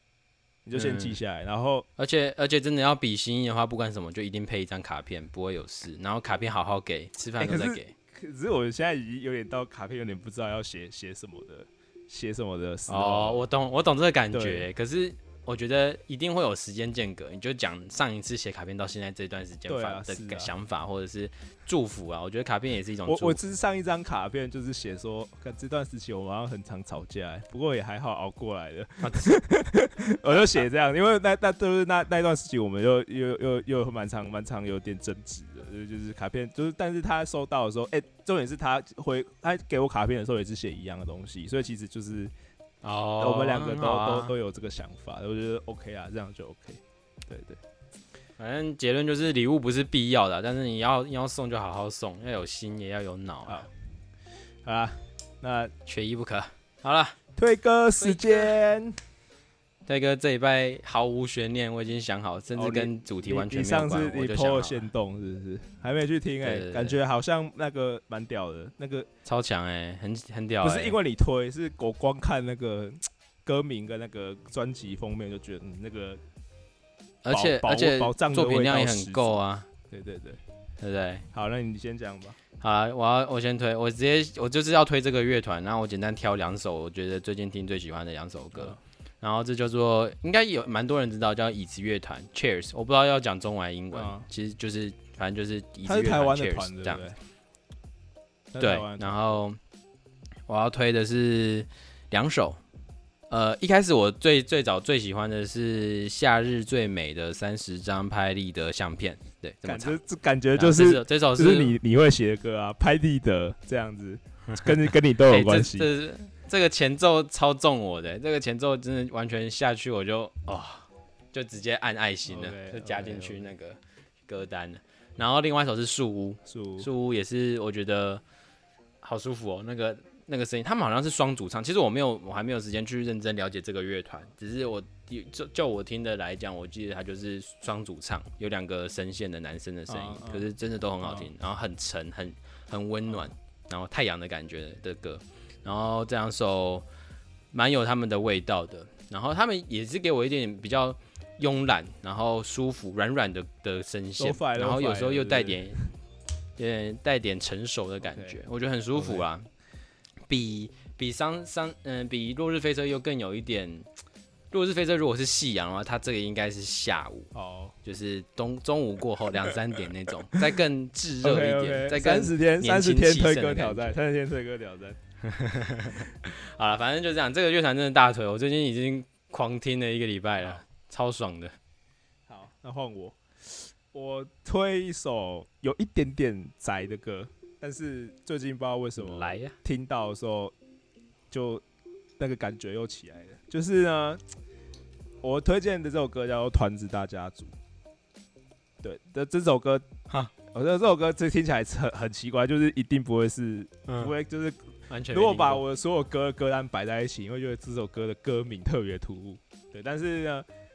然后而且真的要比心意的话，不管什么就一定配一张卡片，不会有事。然后卡片好好给，吃饭的时候再给。 可是我现在已经有点到卡片有点不知道要写什么的。 我懂这个感觉，可是我觉得一定会有时间间隔，你就讲上一次写卡片到现在这段时间的想法或者是祝福啊，我觉得卡片也是一种祝福。 我只上一张卡片就是写说，这段时期我们好像很常吵架，不过也还好熬过来了。我就写这样，因为那就是那段时期我们又蛮常有点争执的，就是卡片就是，但是他收到的时候，重点是他给我卡片的时候也是写一样的东西，所以其实就是我们两个都有这个想法，我觉得 OK 啊，这样就 OK。对， 反正结论就是礼物不是必要的，但是你要送就好好送，要有心也要有脑啊。 好啦，那缺一不可。好了， 推歌时间。 推歌这礼拜毫无悬念，我已经想好，甚至跟主题完全没有关。 你上次你 po 了限动是不是？还没去听对感觉好像那个蛮屌的，那个超强很屌。 不是因为你推，是我光看那个歌名跟那个专辑封面就觉得那个， 而且作品量也很够啊。 对不对？好， 那你先讲吧。 好啦，我先推，我就是要推这个乐团，然后我简单挑2首，我觉得最近听最喜欢的2首歌。然后这叫做，应该有蛮多人知道，叫椅子乐团 Chairs， 我不知道要讲中文还是英文，其实就是反正就是椅子乐团 Chairs 这样。对，然后我要推的是2首，一开始我最早最喜欢的是夏日最美的30张拍立得相片，对， 感觉就是这首是你会写的歌啊，拍立得这样子，跟你都有关系。 这个前奏超中我的，这个前奏真的完全下去我就就直接按爱心了，就加进去那个歌单了。然后另外一首是树屋也是我觉得好舒服哦，那个声音，他们好像是双主唱，其实我还没有时间去认真了解这个乐团，只是就我听的来讲，我记得他就是双主唱，有2个声线的男生的声音，可是真的都很好听，然后很沉很温暖，然后太阳的感觉的歌。然后这2首蛮有他们的味道的，然后他们也是给我一点比较慵懒，然后舒服软软的声线，然后有时候又带点成熟的感觉，我觉得很舒服啊。比落日飞车又更有一点，落日飞车如果是夕阳的话，它这个应该是下午，就是中午过后2-3点那种，再更炙热一点，再更 30天推歌挑战，30天推歌挑战。 好了，反正就这样。这个乐团真的大推，我最近已经狂听了1个礼拜了，超爽的。 好，那换我推一首有一点点宅的歌，但是最近不知道为什么来呀， 听到的时候就那个感觉又起来了。就是呢，我推荐的这首歌叫做《团子大家族》。对的，这首歌我觉得这首歌听起来很奇怪，就是一定不会是，不会就是。如果把我所有歌单摆在一起，你会觉得这首歌的歌名特别突兀。对，但是呢，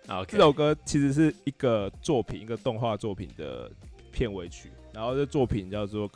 这首歌其实是一个作品，一个动画作品的片尾曲，然后这作品叫做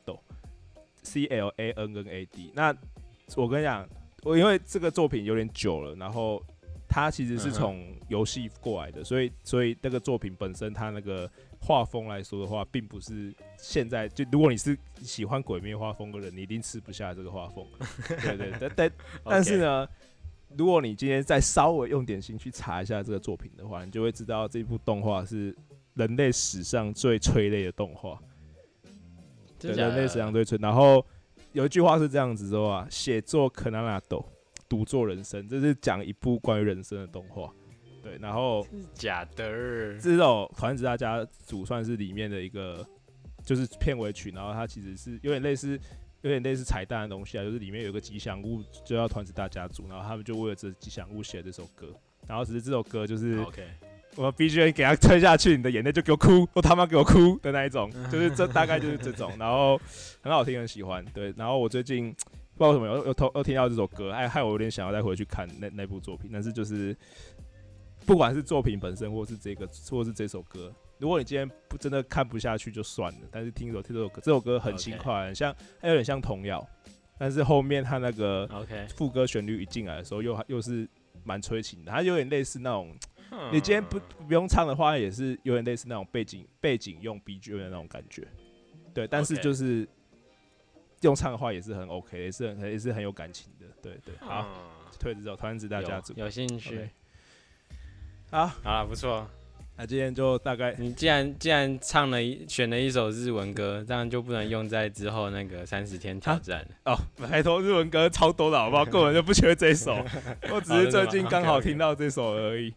Clannad。CLANNAD。那我跟你讲，因为这个作品有点久了，然后它其实是从游戏过来的，所以那个作品本身它那个画风来说的话，并不是现在就如果你是喜欢鬼灭画风的人，你一定吃不下这个画风。对，但是呢，如果你今天再稍微用点心去查一下这个作品的话，你就会知道这部动画是人类史上最催泪的动画。对，人类史上最催。然后有一句话是这样子说啊：写作可能拿斗，独做人生。这是讲一部关于人生的动画。对，然后假的， 这首团子大家族算是里面的一个，就是片尾曲。然后它其实是有点类似彩蛋的东西啊，就是里面有一个吉祥物，就叫团子大家族，然后他们就为了这吉祥物写这首歌。然后只是这首歌就是。 OK。 我 BGM 给他推下去，你的眼泪就给我哭，我他妈给我哭的那一种，就是这大概就是这种，然后很好听，很喜欢。对，然后我最近不知道为什么又听到这首歌，害我有点想要再回去看那部作品。但是就是不管是作品本身，或是这首歌，如果你今天真的看不下去就算了，但是听这首歌很轻快，很像，它有点像童谣，但是后面它那个副歌旋律一进来的时候，又是蛮催情的，它有点类似那种。你今天不用唱的话，也是有点类似那种背景用 BGM 的那种感觉，对。但是就是用唱的话也是很 OK， 也是很有感情的，对。好，推这首团子大家族， 有兴趣。 好啦，不错。 那今天就大概， 你既然选了一首日文歌，这样就不能用在之后那个30天挑战哦。拜托，日文歌超多的好不好？根本就不缺这一首，我只是最近刚好听到这首而已。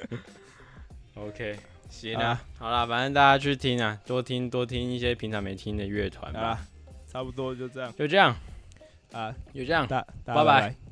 OK， 行啦，好啦，反正大家去听啊，多听一些平常没听的乐团吧。 差不多就这样， 就这样啊，拜拜。